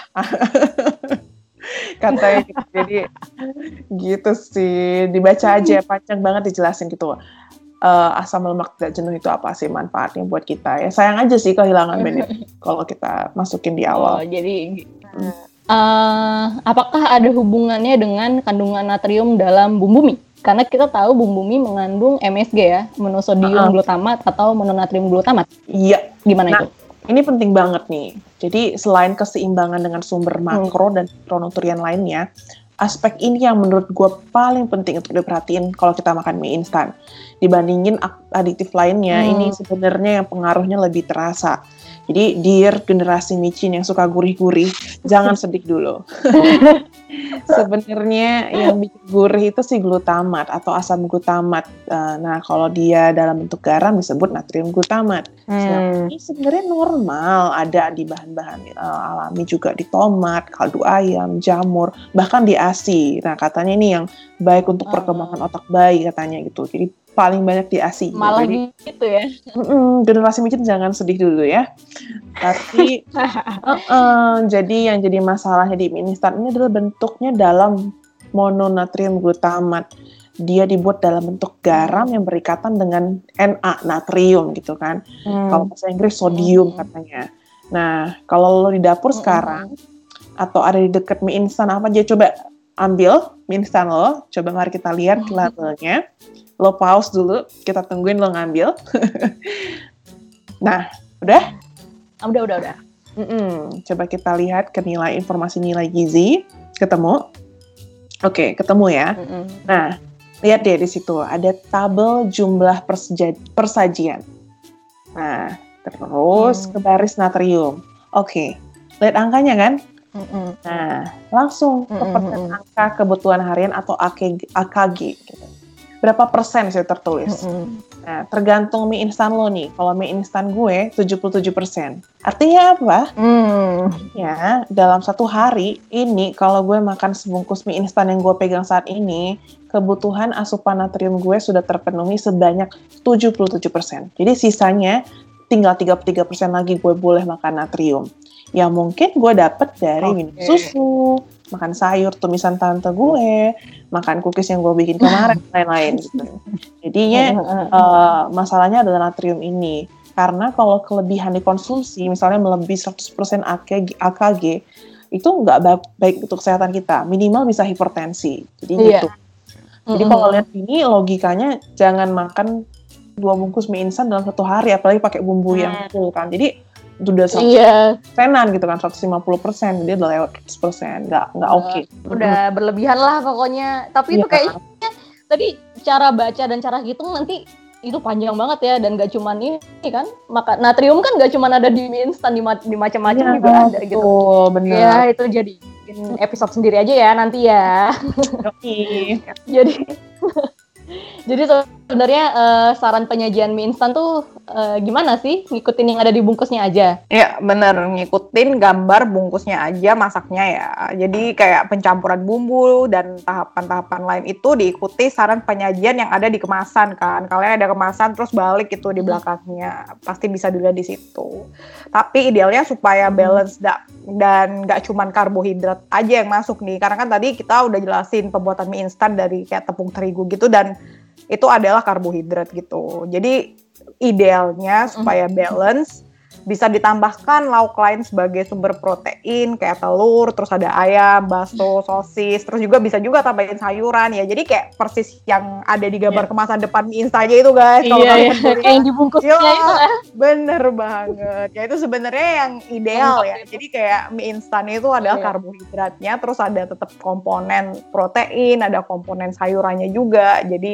Katanya gitu. Jadi gitu sih, dibaca aja panjang banget dijelasin gitu. Uh, asam lemak tidak jenuh itu apa sih manfaatnya buat kita ya. Sayang aja sih kehilangan benefit kalau kita masukin di Oh, awal. jadi uh, apakah ada hubungannya dengan kandungan natrium dalam bumbu mie? Karena kita tahu bumbu mie mengandung M S G ya, monosodium Uh-uh. glutamat atau mononatrium glutamat. Iya. Gimana Nah, itu? ini penting banget nih. Jadi selain keseimbangan dengan sumber makro dan mikronutrien lainnya, aspek ini yang menurut gue paling penting untuk diperhatiin kalau kita makan mie instan. Dibandingin aditif lainnya, Hmm. ini sebenarnya yang pengaruhnya lebih terasa. Jadi, dear generasi micin yang suka gurih-gurih, jangan sedih dulu. Sebenarnya yang bikin gurih itu si glutamat atau asam glutamat. Uh, nah, kalau dia dalam bentuk garam disebut natrium glutamat. Nah, ini sebenarnya normal, ada di bahan-bahan uh, alami juga di tomat, kaldu ayam, jamur, bahkan di A S I. Nah, katanya ini yang baik untuk perkembangan otak bayi katanya gitu. Jadi paling banyak di A S I. Malah Jadi, gitu ya. generasi micin jangan sedih dulu ya. Tapi uh-uh, jadi yang jadi masalahnya di mie instan ini adalah bentuknya dalam mononatrium glutamat. Dia dibuat dalam bentuk garam yang berikatan dengan Na, natrium gitu kan. Hmm. Kalau bahasa Inggris sodium katanya. Nah, kalau lo di dapur Hmm. sekarang atau ada di dekat mie instan apa aja, coba ambil mie instan lo, coba mari kita lihat labelnya. Lo pause dulu, kita tungguin lo ngambil. Nah, udah? Udah, udah, udah. Mm-mm. Coba kita lihat ke nilai informasi nilai gizi. Ketemu? Oke, ketemu ya. Mm-mm. Nah, lihat deh di situ ada tabel jumlah perseja- persajian. Nah, terus Hmm. ke baris natrium. Oke, lihat angkanya kan? Mm-mm. Nah, langsung ke Mm-mm. persen angka kebutuhan harian atau A K G. A K G gitu. Berapa persen sih tertulis? Mm-mm. Nah, tergantung mie instan lo nih. Kalau mie instan gue tujuh puluh tujuh persen. Artinya apa? Hmm. Ya, dalam satu hari ini kalau gue makan sebungkus mie instan yang gue pegang saat ini, kebutuhan asupan natrium gue sudah terpenuhi sebanyak tujuh puluh tujuh persen. Jadi sisanya tinggal tiga puluh tiga persen lagi gue boleh makan natrium. Yang mungkin gue dapet dari Oke. minum susu, makan sayur tumisan tante gue, makan cookies yang gue bikin kemarin, lain-lain gitu. Jadinya uh, masalahnya adalah natrium ini. Karena kalau kelebihan dikonsumsi, misalnya melebihi seratus persen A K G, A K G itu nggak ba- baik untuk kesehatan kita. Minimal bisa hipertensi. Jadi Iya. gitu. Jadi Mm-mm. kalau lihat ini logikanya jangan makan dua bungkus mie instan dalam satu hari, apalagi pakai bumbu yang full kan. Jadi udah seratus Iya, persenan gitu kan, seratus lima puluh persen, dia udah lewat seratus persen, nggak nggak oke. udah berlebihan lah pokoknya. Tapi itu Iya. kayaknya tadi cara baca dan cara hitung nanti itu panjang banget ya, dan gak cuman ini kan, maka natrium kan gak cuman ada di mie instan, di, ma- di macam-macam Iya, juga ada gitu. betul, bener. Ya itu jadi bikin episode sendiri aja ya nanti ya. Oke. jadi jadi sebenarnya eh, saran penyajian mie instan tuh eh, gimana sih? Ngikutin yang ada di bungkusnya aja. Ya bener, ngikutin gambar bungkusnya aja masaknya ya. Jadi kayak pencampuran bumbu dan tahapan-tahapan lain itu diikuti saran penyajian yang ada di kemasan kan. Kalian ada kemasan terus balik itu di belakangnya, pasti bisa dilihat di situ. Tapi idealnya supaya balance da- dan nggak cuman karbohidrat aja yang masuk nih. Karena kan tadi kita udah jelasin pembuatan mie instan dari kayak tepung terigu gitu, dan itu adalah karbohidrat gitu. Jadi idealnya supaya balance bisa ditambahkan lauk lain sebagai sumber protein kayak telur, terus ada ayam, bakso, sosis, terus juga bisa juga tambahin sayuran ya. Jadi kayak persis yang ada di gambar Iya. kemasan depan mie instan aja itu guys. Kalau Iya, kalian iya. lihat. Kayak yang dibungkusnya Iya. itu lah. Bener banget. Ya itu sebenarnya yang ideal ya. Jadi kayak mie instan itu adalah Iya. karbohidratnya, terus ada tetap komponen protein, ada komponen sayurannya juga. Jadi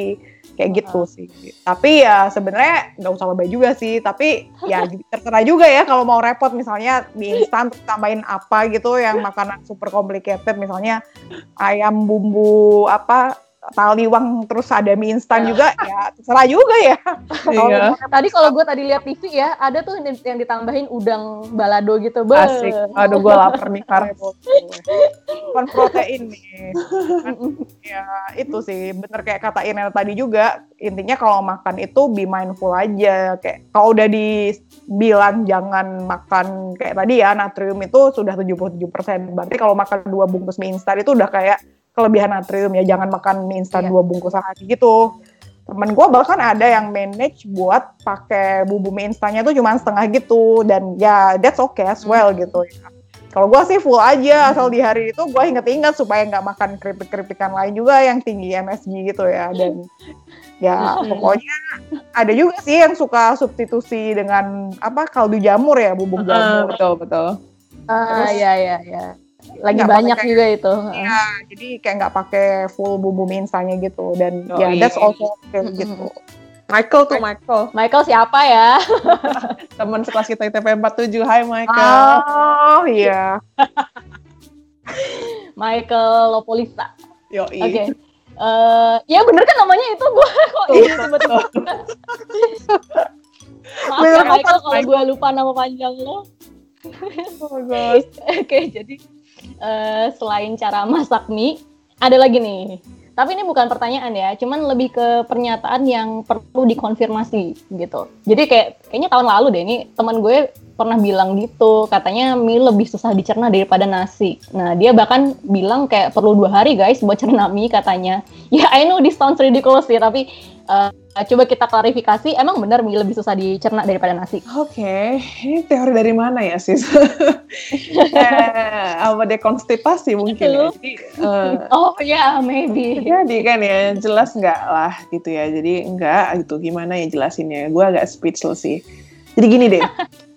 kayak gitu sih. Tapi ya sebenarnya nggak usah lebay juga sih, tapi ya terserah juga ya kalau mau repot misalnya mie instan terus tambahin apa gitu yang makanan super complicated, misalnya ayam bumbu apa taliwang terus ada mie instan juga, ya terserah juga ya. Iya. Tadi kalau gue tadi lihat T V ya, ada tuh yang ditambahin udang balado gitu. Be. Asik. Aduh, gue lapar nih karena Kan protein nih. Kan, ya itu sih bener kayak kata Inel tadi juga. Intinya kalau makan itu be mindful aja. Kayak kalau udah dibilang jangan makan kayak tadi ya natrium itu sudah tujuh puluh tujuh persen. Berarti kalau makan dua bungkus mie instan itu udah kayak kelebihan natrium ya, jangan makan mie instan dua bungkus sehari gitu. Temen gue bahkan ada yang manage buat pakai bumbu mie instannya tuh cuma setengah gitu, dan ya that's okay as well gitu ya. Kalau gue sih full aja, asal di hari itu gue inget-inget supaya nggak makan keripik-keripikan lain juga yang tinggi M S G gitu ya. Dan ya pokoknya ada juga sih yang suka substitusi dengan apa kaldu jamur ya, bubuk jamur. Uh, betul betul. Ah iya iya iya. Lagi banyak kayak, juga itu. Iya, jadi kayak nggak pakai full bumbu mie instannya gitu, dan oh, ya yeah, that's also okay mm-hmm. gitu. Michael tuh Michael. Michael siapa ya? Teman sekelas kita I T P empat puluh tujuh. Hai Michael. Oh iya. Michael Lopolista. Yo. Oke. Okay. Uh, ya bener kan namanya itu, gue kok ini betul. Maaf ya Michael kalau gue lupa nama panjang lo. Oh gosh. Oke, okay, jadi uh, selain cara masak mie, ada lagi nih. Tapi ini bukan pertanyaan ya, cuman lebih ke pernyataan yang perlu dikonfirmasi gitu. Jadi kayak kayaknya tahun lalu deh, ini teman gue pernah bilang gitu, katanya mie lebih susah dicerna daripada nasi. Nah, dia bahkan bilang kayak perlu dua hari guys buat cerna mie katanya. Ya, I know this sounds ridiculous sih, tapi uh, coba kita klarifikasi, emang benar mie lebih susah dicerna daripada nasi? Oke, okay. Ini teori dari mana ya sis? eh, apa dekonstipasi mungkin ya? Jadi, uh, oh ya, yeah, maybe. Jadi kan ya, jelas nggak lah gitu ya. Jadi enggak gitu, gimana ya jelasinnya? Gue agak speechless sih. Jadi gini deh,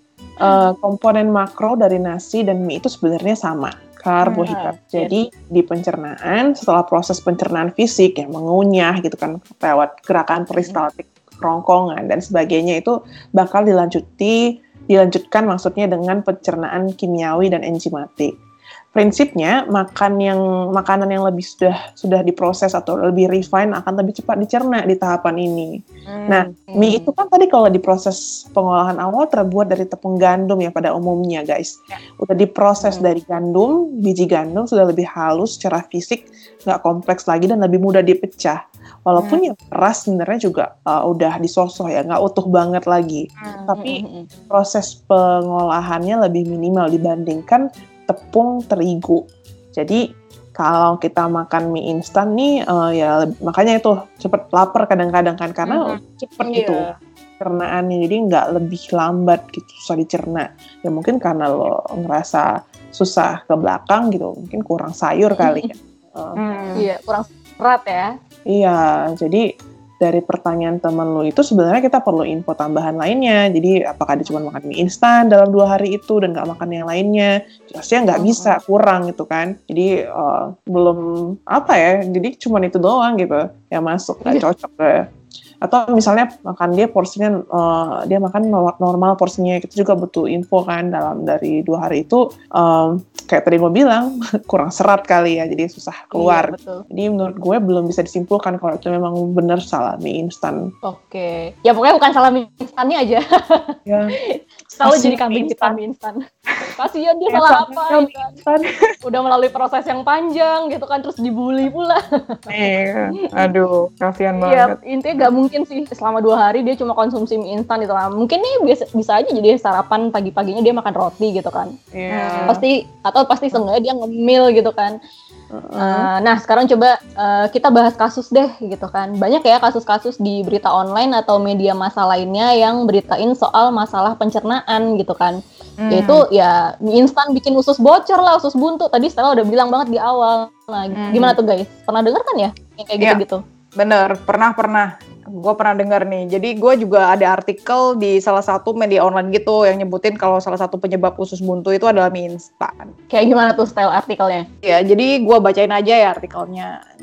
uh, komponen makro dari nasi dan mie itu sebenarnya sama. Karbohidrat. Hmm, Jadi yes. di pencernaan, setelah proses pencernaan fisik yang mengunyah gitu kan lewat gerakan peristaltik, kerongkongan dan sebagainya itu bakal dilanjuti, dilanjutkan maksudnya dengan pencernaan kimiawi dan enzimatik. Prinsipnya makan yang makanan yang lebih sudah sudah diproses atau lebih refine akan lebih cepat dicerna di tahapan ini. Hmm. Nah, mie itu kan tadi kalau diproses pengolahan awal terbuat dari tepung gandum ya pada umumnya, guys. Ya. Udah diproses hmm. dari gandum, biji gandum sudah lebih halus secara fisik, nggak kompleks lagi dan lebih mudah dipecah. Walaupun hmm. yang keras sebenarnya juga uh, udah disosok ya, nggak utuh banget lagi. Hmm. Tapi proses pengolahannya lebih minimal dibandingkan tepung terigu. Jadi kalau kita makan mie instan nih, uh, ya makanya itu cepet lapar kadang-kadang kan karena mm-hmm. cepet yeah. gitu cernaannya, jadi nggak lebih lambat gitu susah dicerna. Ya mungkin karena lo ngerasa susah ke belakang gitu, mungkin kurang sayur kali ya. Uh, mm. Iya, kurang serat ya. Iya, jadi dari pertanyaan temen lu itu sebenarnya kita perlu info tambahan lainnya. Jadi apakah dia cuma makan mie instan dalam dua hari itu dan nggak makan yang lainnya? Jelasnya nggak bisa, kurang gitu kan. Jadi uh, belum apa ya, jadi cuma itu doang gitu yang masuk, nggak cocok deh. Atau misalnya makan dia porsinya, uh, dia makan normal porsinya, kita juga butuh info kan dalam dari dua hari itu, um, kayak tadi gue bilang, kurang serat kali ya, jadi susah keluar. Iya, jadi menurut gue belum bisa disimpulkan kalau itu memang benar salah mie instan. Oke, ya pokoknya bukan salah mie instannya aja. Ya. Selalu jadi kambing hitam mie instan. Kasian dia salah apa gitu kan. Udah melalui proses yang panjang gitu kan, terus dibully pula. Iya, aduh, kasian banget. Iya, intinya gak mungkin sih selama dua hari dia cuma konsumsi mie instan gitu kan. Mungkin nih bisa, bisa aja jadi sarapan pagi-paginya dia makan roti gitu kan. Iya. Yeah. Pasti, atau pasti seenggaknya dia ngemil gitu kan. Uh-huh. Uh, nah sekarang coba uh, kita bahas kasus deh gitu kan. Banyak ya kasus-kasus di berita online atau media massa lainnya yang beritain soal masalah pencernaan gitu kan. Hmm. Yaitu ya mie instan bikin usus bocor lah, usus buntu. Tadi Stella udah bilang banget di awal. Nah hmm. gimana tuh guys? Pernah dengar kan ya yang kayak gitu-gitu? Ya, bener, pernah-pernah. Gue pernah dengar nih. Jadi gue juga ada artikel di salah satu media online gitu yang nyebutin kalau salah satu penyebab usus buntu itu adalah mie instan. Kayak gimana tuh style artikelnya? Ya, jadi gue bacain aja ya artikelnya. Nih, ya.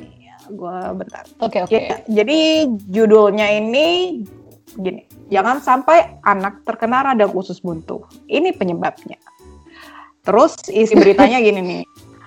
gue bentar. Oke, oke. Ya, jadi judulnya ini gini, jangan sampai anak terkena radang usus buntu. Ini penyebabnya. Terus isi beritanya gini nih.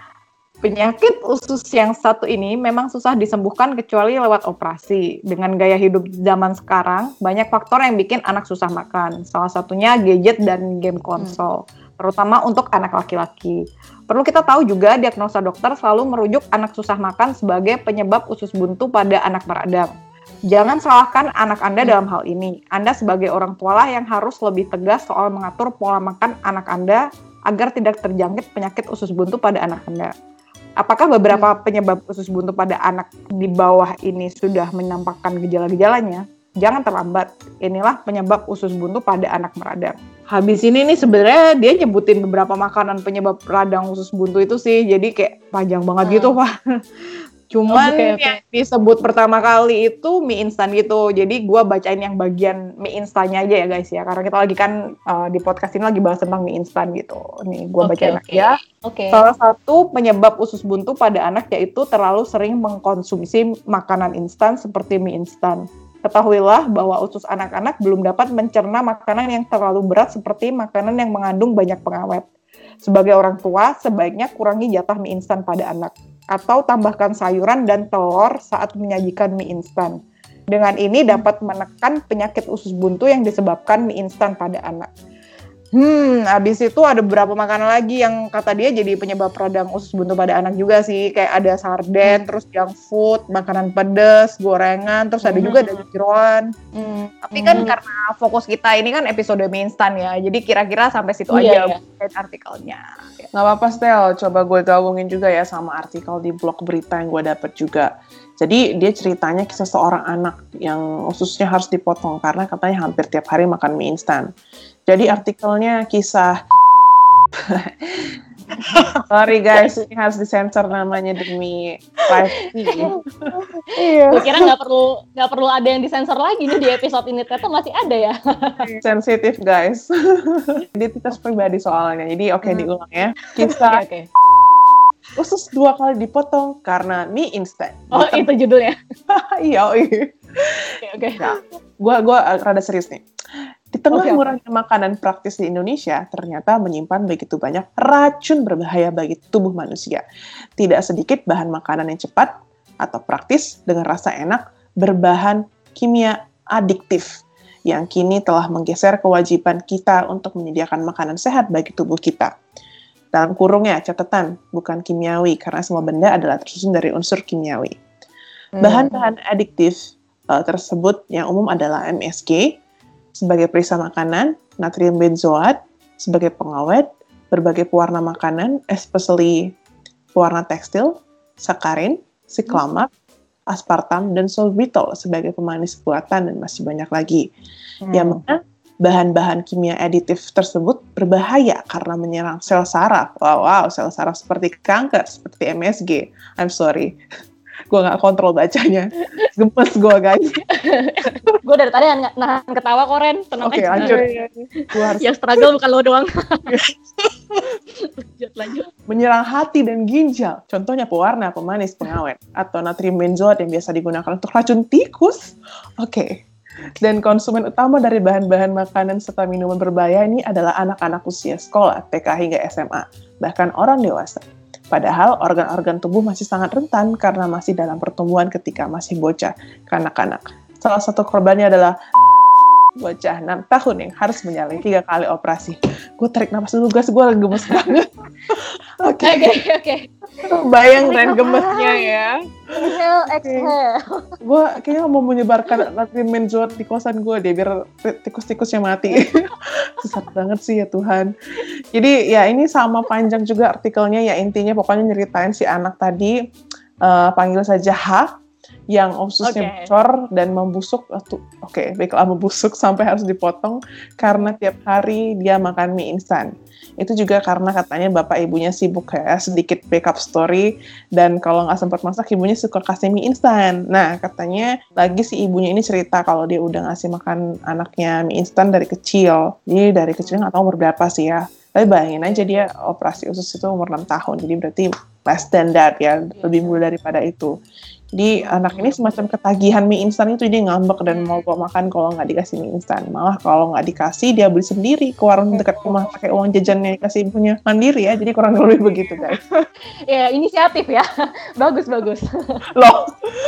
Penyakit usus yang satu ini memang susah disembuhkan kecuali lewat operasi. Dengan gaya hidup zaman sekarang, banyak faktor yang bikin anak susah makan. Salah satunya gadget dan game konsol, hmm. terutama untuk anak laki-laki. Perlu kita tahu juga diagnosa dokter selalu merujuk anak susah makan sebagai penyebab usus buntu pada anak meradang. Jangan salahkan anak Anda dalam hal ini. Anda sebagai orang tua lah yang harus lebih tegas soal mengatur pola makan anak Anda agar tidak terjangkit penyakit usus buntu pada anak Anda. Apakah beberapa penyebab usus buntu pada anak di bawah ini sudah menampakkan gejala-gejalanya? Jangan terlambat. Inilah penyebab usus buntu pada anak meradang. Habis ini nih sebenarnya dia nyebutin beberapa makanan penyebab radang usus buntu itu sih. Jadi kayak panjang banget hmm. gitu, Pak. Cuman oh, okay, okay. yang disebut pertama kali itu mie instan gitu. Jadi gue bacain yang bagian mie instannya aja ya guys ya. Karena kita lagi kan uh, di podcast ini lagi bahas tentang mie instan gitu. Nih gue okay, bacain okay. aja. Okay. Salah satu penyebab usus buntu pada anak yaitu terlalu sering mengkonsumsi makanan instan seperti mie instan. Ketahuilah bahwa usus anak-anak belum dapat mencerna makanan yang terlalu berat seperti makanan yang mengandung banyak pengawet. Sebagai orang tua, sebaiknya kurangi jatah mie instan pada anak. Atau tambahkan sayuran dan telur saat menyajikan mie instan. Dengan ini dapat menekan penyakit usus buntu yang disebabkan mie instan pada anak. Hmm, habis itu ada beberapa makanan lagi yang kata dia jadi penyebab radang usus buntu pada anak juga sih. Kayak ada sarden, hmm. terus junk food, makanan pedas, gorengan, terus ada hmm. juga daging jeroan. Hmm. Tapi kan hmm. karena fokus kita ini kan episode mie instan ya, jadi kira-kira sampai situ iya, aja iya. artikelnya. Gak apa-apa Stel, coba gue gabungin juga ya sama artikel di blog berita yang gue dapet juga. Jadi dia ceritanya kisah seorang anak yang ususnya harus dipotong karena katanya hampir tiap hari makan mie instan. Jadi artikelnya kisah sorry guys, ini harus disensor namanya demi privacy. Iya. Gue kira nggak perlu nggak perlu ada yang disensor lagi nih di episode ini, ternyata masih ada ya. Sensitif guys. Identitas pribadi soalnya. Jadi oke okay, hmm. diulang ya. Kisah okay, okay. usus dua kali dipotong karena mie instan. Oh Bukan. Itu judulnya. Iya. Oke oke. Gua gua rada serius nih. Di tengah okay, murahnya okay. makanan praktis di Indonesia, ternyata menyimpan begitu banyak racun berbahaya bagi tubuh manusia. Tidak sedikit bahan makanan yang cepat atau praktis dengan rasa enak berbahan kimia adiktif yang kini telah menggeser kewajiban kita untuk menyediakan makanan sehat bagi tubuh kita. Dalam kurungnya, catatan, bukan kimiawi, karena semua benda adalah tersusun dari unsur kimiawi. Hmm. Bahan-bahan adiktif uh, tersebut yang umum adalah M S G, sebagai perisa makanan, natrium benzoat sebagai pengawet, berbagai pewarna makanan, especially pewarna tekstil, sakarin, siklamat, aspartam, dan sorbitol sebagai pemanis buatan, dan masih banyak lagi. Hmm. Yang mana bahan-bahan kimia aditif tersebut berbahaya karena menyerang sel saraf. Wow, wow, sel saraf seperti kanker, seperti M S G. I'm sorry. Gue gak kontrol bacanya. Gemes gue guys. Gue dari tadi nahan ketawa kok Ren. Tenang Oke okay, aja. lanjut. Harus... Yang struggle bukan lo doang. Lanjut lanjut. Menyerang hati dan ginjal. Contohnya pewarna, pemanis, pengawet. Atau natrium benzoat yang biasa digunakan untuk racun tikus. Oke. Okay. Dan konsumen utama dari bahan-bahan makanan serta minuman berbahaya ini adalah anak-anak usia sekolah, T K hingga S M A. Bahkan orang dewasa. Padahal organ-organ tubuh masih sangat rentan karena masih dalam pertumbuhan ketika masih bocah, kanak-kanak. Salah satu korbannya adalah bocah enam tahun yang harus menjalani tiga kali operasi. Gue tarik nafas dulu guys, gue lagi gemes banget. Oke, oke, oke. Bayang dan gemesnya ya. Inhale, exhale. Gue kayaknya mau menyebarkan natrium benzoat di kosan gue deh, biar tikus-tikusnya mati. Susah banget sih ya Tuhan. Jadi ya ini sama panjang juga artikelnya, ya intinya pokoknya nyeritain si anak tadi, uh, panggil saja H, yang ususnya okay. bocor dan membusuk. Oke, okay, baiklah membusuk sampai harus dipotong karena tiap hari dia makan mie instan. Itu juga karena katanya bapak ibunya sibuk ya, sedikit backup story, dan kalau nggak sempat masak ibunya suka kasih mie instan. Nah katanya lagi si ibunya ini cerita kalau dia udah ngasih makan anaknya mie instan dari kecil. Jadi dari kecil nggak tahu umur berapa sih ya. Tapi bayangin aja dia operasi usus itu umur enam tahun, jadi berarti less than that ya, lebih muda daripada itu. Di anak ini semacam ketagihan mie instan itu, dia ngambek dan mau gua makan kalau nggak dikasih mie instan. Malah kalau nggak dikasih dia beli sendiri ke warung dekat rumah pakai uang jajannya dikasih ibunya mandiri ya. Jadi kurang lebih begitu guys. Ya inisiatif ya, bagus bagus. Loh.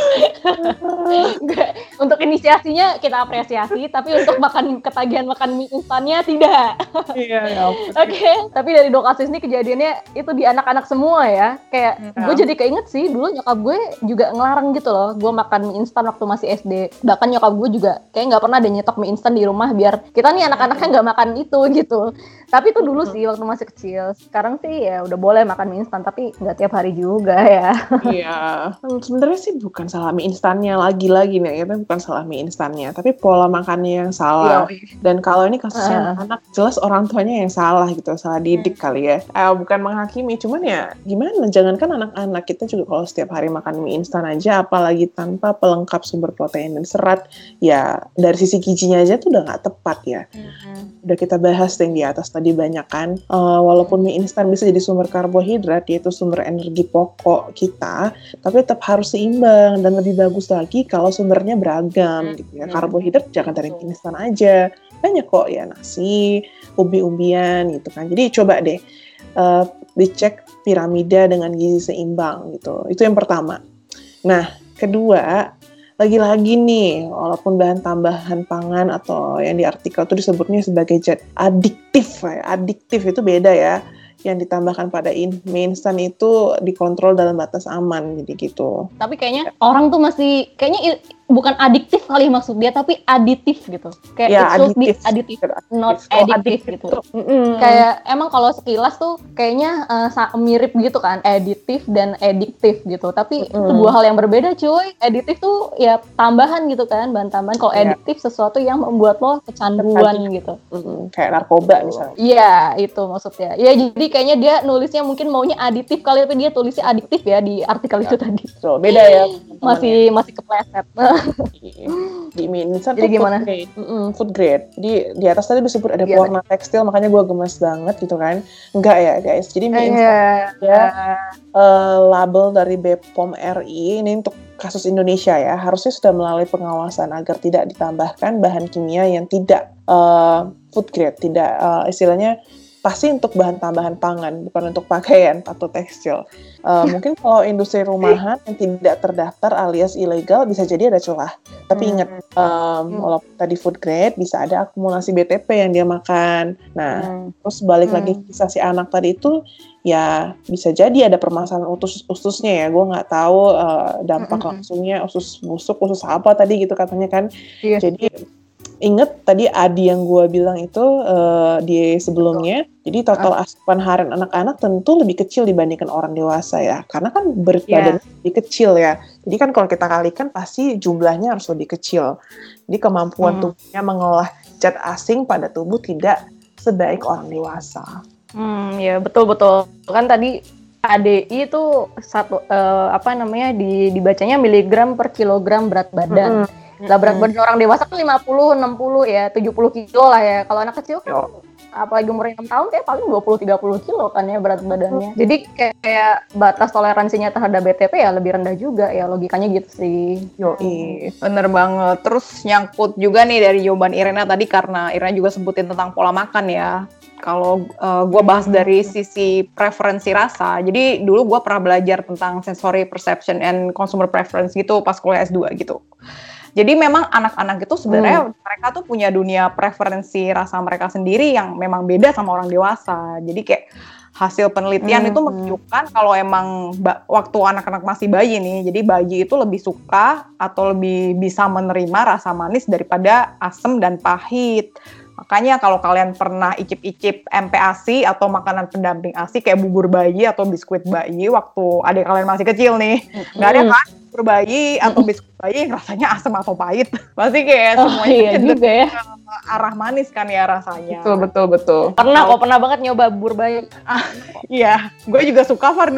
Untuk inisiasinya kita apresiasi, tapi untuk makan ketagihan makan mie instannya tidak. Iya ya. Oke, okay. Tapi dari dua kasus ini kejadiannya itu di anak-anak semua ya. Kayak ya. Gue jadi keinget sih dulu nyokap gue juga ngelarang gitu loh. Gue makan mie instan waktu masih S D. Bahkan nyokap gue juga kayak nggak pernah ada nyetok mie instan di rumah biar kita nih anak-anaknya nggak makan itu gitu. Tapi itu dulu sih waktu masih kecil. Sekarang sih ya udah boleh makan mie instan, tapi nggak tiap hari juga ya. Iya. Sebenarnya sih bukan salah mie instannya lagi-lagi nih, itu bukan salah mie instannya, tapi pola makannya yang salah. Yo. Dan kalau ini kasusnya uh. anak, jelas orang tuanya yang salah gitu, salah didik hmm. kali ya. Eh, bukan menghakimi, cuman ya gimana? Jangankan anak-anak, kita juga kalau setiap hari makan mie instan aja, apalagi tanpa pelengkap sumber protein dan serat, ya dari sisi gizinya aja tuh udah nggak tepat ya. Hmm. Udah kita bahas yang di atas tadi banyak kan. Uh, walaupun mie instan bisa jadi sumber karbohidrat, yaitu sumber energi pokok kita, tapi tetap harus seimbang dan lebih bagus lagi kalau sumbernya beragam gitu ya. Karbohidrat jangan dari mie instan aja, banyak kok ya, nasi, umbi-umbian gitu kan. Jadi coba deh uh, dicek piramida dengan gizi seimbang gitu. Itu yang pertama. Nah, kedua, lagi-lagi nih, walaupun bahan tambahan pangan atau yang di artikel itu disebutnya sebagai zat adiktif, ya. Adiktif itu beda ya. Yang ditambahkan pada in, mie instan itu dikontrol dalam batas aman, jadi gitu. Tapi kayaknya orang tuh masih, kayaknya bukan adiktif kali maksud dia, tapi aditif gitu. Kayak ya, it should be additive, not oh, addictive gitu. Mm-hmm. Kayak emang kalau sekilas tuh kayaknya uh, mirip gitu kan, additif dan addictive gitu. Tapi mm. itu dua hal yang berbeda cuy. Additif tuh ya tambahan gitu kan, bahan tambahan. Kalau yeah. addictif sesuatu yang membuat lo kecanduan gitu. Mm-hmm. Kayak narkoba misalnya. Iya, itu maksudnya. Ya jadi kayaknya dia nulisnya mungkin maunya aditif kali, tapi dia tulisnya adiktif ya di artikel ya. itu tadi. So, beda ya. Masih masih kepleset. Di mie instan tuh gimana? Food grade. Mm-mm, food grade. Di di atas tadi disebut ada pewarna tekstil, makanya gue gemes banget gitu kan. Enggak ya guys. Jadi mie instan yeah. ya uh, label dari B P O M R I ini untuk kasus Indonesia ya, harusnya sudah melalui pengawasan agar tidak ditambahkan bahan kimia yang tidak uh, food grade, tidak uh, istilahnya pasti untuk bahan tambahan pangan, bukan untuk pakaian atau tekstil. Uh, mungkin kalau industri rumahan yang tidak terdaftar alias ilegal bisa jadi ada celah. Tapi ingat, um, walaupun tadi food grade bisa ada akumulasi B T P yang dia makan. Nah, hmm. terus balik hmm. lagi kisah si anak tadi itu, ya bisa jadi ada permasalahan usus-ususnya ya. Gue nggak tahu uh, dampak hmm. langsungnya usus busuk, usus apa tadi gitu katanya kan. Yeah. Jadi inget tadi Adi yang gue bilang itu uh, di sebelumnya, jadi total asupan harian anak-anak tentu lebih kecil dibandingkan orang dewasa ya, karena kan berat yeah. badannya lebih kecil ya. Jadi kan kalau kita kalikan pasti jumlahnya harus lebih kecil. Jadi kemampuan hmm. tubuhnya mengolah zat asing pada tubuh tidak sebaik orang dewasa. Hmm, ya betul-betul. Kan tadi A D I itu satu uh, apa namanya di dibacanya miligram per kilogram berat badan. Hmm. Lah berat badan orang dewasa kan lima puluh, enam puluh ya, tujuh puluh kilo lah ya. Kalau anak kecil kan Yo. apalagi umur enam tahun kayak paling dua puluh tiga puluh kilo kan ya berat badannya. Jadi kayak, kayak batas toleransinya terhadap B T P ya lebih rendah juga ya, logikanya gitu sih. Yoi, bener banget. Terus nyangkut juga nih dari jawaban Irena tadi, karena Irena juga sebutin tentang pola makan ya. Kalau uh, gue bahas dari sisi preferensi rasa, jadi dulu gue pernah belajar tentang sensory perception and consumer preference gitu pas kuliah S dua gitu. Jadi memang anak-anak itu sebenarnya hmm. mereka tuh punya dunia preferensi rasa mereka sendiri yang memang beda sama orang dewasa. Jadi kayak hasil penelitian hmm. itu menunjukkan kalau emang ba- waktu anak-anak masih bayi nih, jadi bayi itu lebih suka atau lebih bisa menerima rasa manis daripada asam dan pahit. Makanya kalau kalian pernah icip-icip M P A S I atau makanan pendamping A S I kayak bubur bayi atau biskuit bayi waktu adik kalian masih kecil nih, nggak mm. ada kan bubur bayi atau biskuit bayi rasanya asam atau pahit, pasti kayak oh, semuanya iya juga ya. arah manis kan ya rasanya. Betul betul betul. Pernah kok pernah banget nyoba bubur bayi. Ah, iya, gue juga suka Far dulu.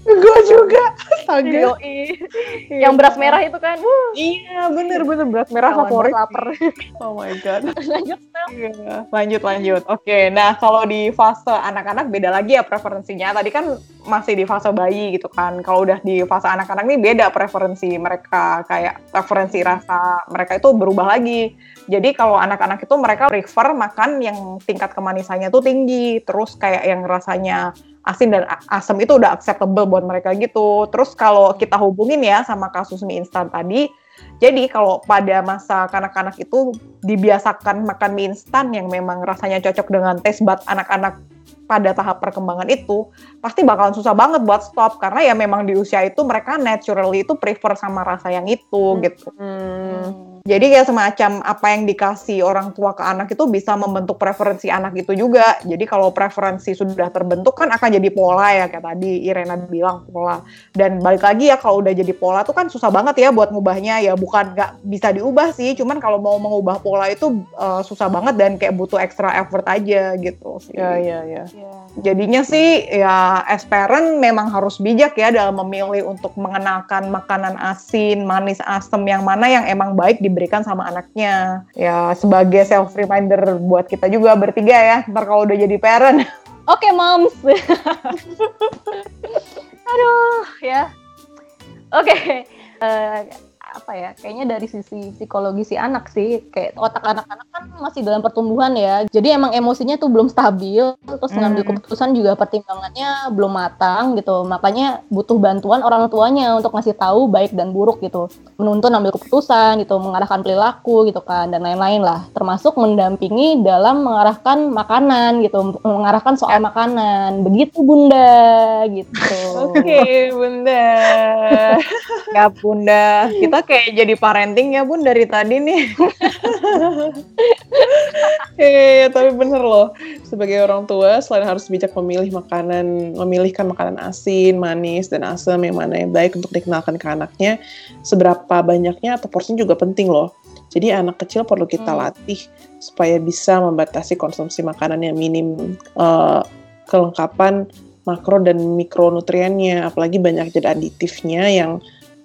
Gue juga. Astaga. Yoi. Yang beras merah itu kan. Wuh. Iya, bener-bener beras merah Kawan favorit. lapar. Oh my god. Lanjut, Stel. Iya, lanjut lanjut. Oke, nah kalau di fase anak-anak beda lagi ya preferensinya. Tadi kan masih di fase bayi gitu kan. Kalau udah di fase anak-anak nih beda preferensi mereka, kayak preferensi rasa mereka itu berubah lagi. Jadi kalau anak-anak itu mereka prefer makan yang tingkat kemanisannya tuh tinggi, terus kayak yang rasanya asin dan asam itu udah acceptable buat mereka gitu. Terus kalau kita hubungin ya sama kasus mie instan tadi, jadi kalau pada masa kanak-kanak itu dibiasakan makan mie instan yang memang rasanya cocok dengan taste bud anak-anak pada tahap perkembangan itu, pasti bakalan susah banget buat stop, karena ya memang di usia itu mereka naturally itu prefer sama rasa yang itu gitu. Hmm. Jadi kayak semacam apa yang dikasih orang tua ke anak itu bisa membentuk preferensi anak itu juga. Jadi kalau preferensi sudah terbentuk kan akan jadi pola ya, kayak tadi Irena bilang pola. Dan balik lagi ya, kalau udah jadi pola tuh kan susah banget ya buat ngubahnya. Ya bukan nggak bisa diubah sih, cuman kalau mau mengubah pola itu uh, susah banget dan kayak butuh extra effort aja gitu sih. Ya, ya, ya. Jadinya sih ya as parent memang harus bijak ya dalam memilih untuk mengenalkan makanan asin, manis, asam yang mana yang emang baik diberikan sama anaknya. Ya sebagai self reminder buat kita juga bertiga ya, ntar kalau udah jadi parent. Oke, moms. Aduh, ya. Oke. Eh, apa ya, kayaknya dari sisi psikologi si anak sih, kayak otak anak-anak kan masih dalam pertumbuhan ya, jadi emang emosinya tuh belum stabil, terus ngambil keputusan juga pertimbangannya belum matang gitu, makanya butuh bantuan orang tuanya untuk ngasih tahu baik dan buruk gitu, menuntun ambil keputusan gitu, mengarahkan perilaku gitu kan, dan lain-lain lah, termasuk mendampingi dalam mengarahkan makanan gitu, mengarahkan soal makanan, begitu Bunda gitu. Oke, okay, Bunda. Ya Bunda, kita kayak jadi parenting ya Bun dari tadi nih. Eh, tapi bener loh, sebagai orang tua selain harus bijak memilih makanan, memilihkan makanan asin, manis, dan asam yang mana yang baik untuk dikenalkan ke anaknya, seberapa banyaknya atau porsinya juga penting loh. Jadi anak kecil perlu kita latih supaya bisa membatasi konsumsi makanan yang minim uh, kelengkapan makro dan mikronutriennya, apalagi banyak zat aditifnya yang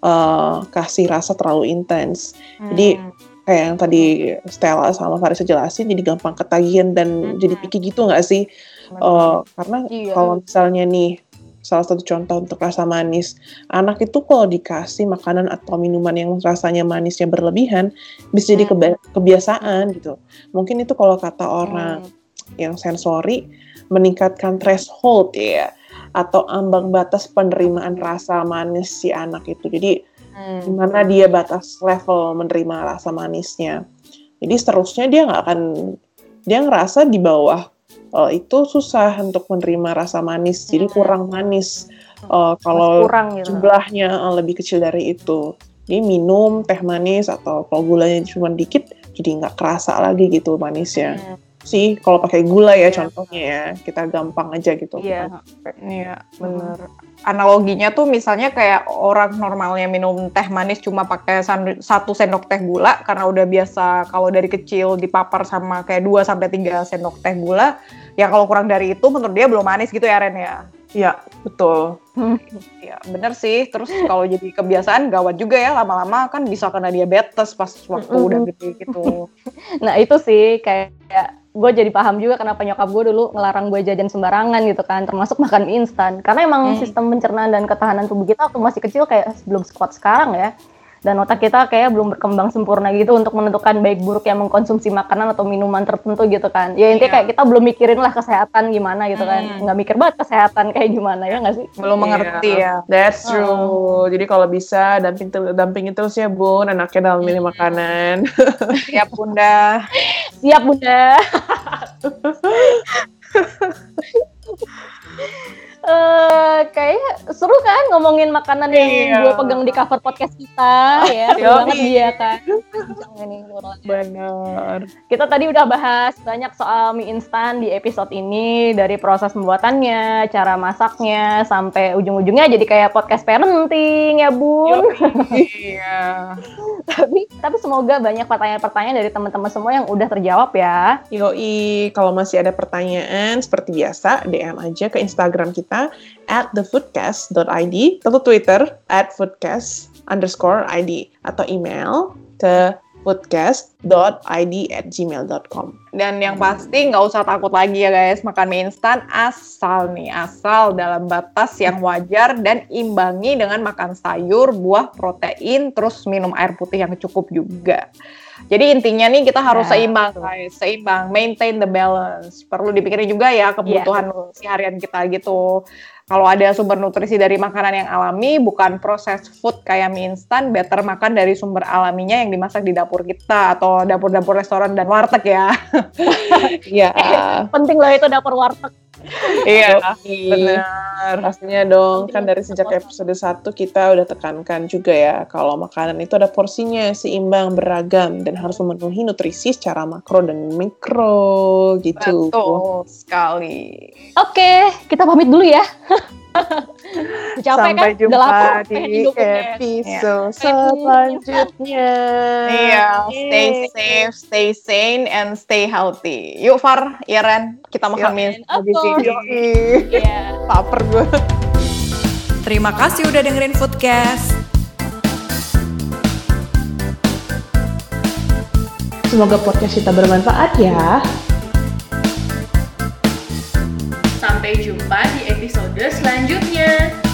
Uh, kasih rasa terlalu intens. Hmm. Jadi kayak yang tadi Stella sama Farisa jelasin, jadi gampang ketagihan dan hmm. jadi picky gitu nggak sih? Uh, karena iya. Kalau misalnya nih, salah satu contoh untuk rasa manis, anak itu kalau dikasih makanan atau minuman yang rasanya manisnya berlebihan, bisa jadi keba- kebiasaan gitu. Mungkin itu kalau kata orang hmm. yang sensori, meningkatkan threshold ya, atau ambang batas penerimaan rasa manis si anak itu. Jadi hmm. gimana dia batas level menerima rasa manisnya. Jadi seterusnya dia nggak akan, dia ngerasa di bawah uh, itu susah untuk menerima rasa manis. Hmm. Jadi kurang manis uh, kalau kurang, gitu. Jumlahnya uh, lebih kecil dari itu. Jadi minum teh manis atau kalau gulanya cuma dikit, jadi nggak kerasa lagi gitu manisnya. Hmm. Sih kalau pakai gula ya, yeah. Contohnya ya, kita gampang aja gitu. Iya, yeah. Iya, bener. Analoginya tuh misalnya kayak orang normalnya minum teh manis cuma pakai san- satu sendok teh gula karena udah biasa kalau dari kecil dipapar sama kayak dua sampai tiga sendok teh gula, ya kalau kurang dari itu menurut dia belum manis gitu ya Ren ya. Iya, betul. Ya, bener sih. Terus kalau jadi kebiasaan gawat juga ya, lama-lama kan bisa kena diabetes pas waktu udah gede gitu. Nah itu sih kayak gue jadi paham juga kenapa nyokap gue dulu ngelarang gue jajan sembarangan gitu kan, termasuk makan mie instan. Karena emang hmm. sistem pencernaan dan ketahanan tubuh kita waktu masih kecil kayak belum sekuat sekarang ya. Dan otak kita kayak belum berkembang sempurna gitu untuk menentukan baik buruk yang mengkonsumsi makanan atau minuman tertentu gitu kan. Ya intinya yeah. kayak kita belum mikirin lah kesehatan gimana gitu kan. Hmm. Nggak mikir banget kesehatan kayak gimana ya nggak sih? Belum yeah. mengerti ya. That's true. Oh. Jadi kalau bisa damping dampingin terus ya Bun, anaknya dalam milih makanan. Siap Bunda. Siap Bunda. Uh, kayaknya seru kan ngomongin makanan yang iya. gue pegang di cover podcast kita ya, seru banget dia kan. Ini, benar. Kita tadi udah bahas banyak soal mie instan di episode ini, dari proses pembuatannya, cara masaknya, sampai ujung-ujungnya jadi kayak podcast parenting ya Bun. Iya. tapi tapi semoga banyak pertanyaan-pertanyaan dari teman-teman semua yang udah terjawab ya. Yoi, kalau masih ada pertanyaan seperti biasa D M aja ke Instagram kita at the foodcast dot i d atau Twitter at foodcast underscore id atau email ke foodcast dot i d at gmail dot com. Dan yang pasti nggak usah takut lagi ya guys, makan mie instan asal nih, asal dalam batas yang wajar dan imbangi dengan makan sayur, buah, protein, terus minum air putih yang cukup juga. Jadi intinya nih kita harus Ya, seimbang guys, seimbang, maintain the balance. Perlu dipikirin juga ya kebutuhan Ya. seharian kita gitu. Kalau ada sumber nutrisi dari makanan yang alami, bukan processed food kayak mie instan, better makan dari sumber alaminya yang dimasak di dapur kita atau dapur-dapur restoran dan warteg ya. Iya. Penting loh itu dapur warteg. Iya, Yoi. benar. Pastinya dong, kan dari sejak episode satu kita udah tekankan juga ya kalau makanan itu ada porsinya, seimbang, beragam, dan harus memenuhi nutrisi secara makro dan mikro gitu. Betul sekali. Oke, kita pamit dulu ya. Capek Sampai kan? Udah lapar, jumpa pengen di hidupnya. episode Ya. selanjutnya. Iya, stay safe, stay sane, and stay healthy. Yuk Far, Iren, kita makan Yuk. mie Of habis course. ini. Yoi. Iya. Laper gue. Terima kasih udah dengerin Foodcast. Semoga podcast kita bermanfaat ya. Sampai jumpa di episode selanjutnya.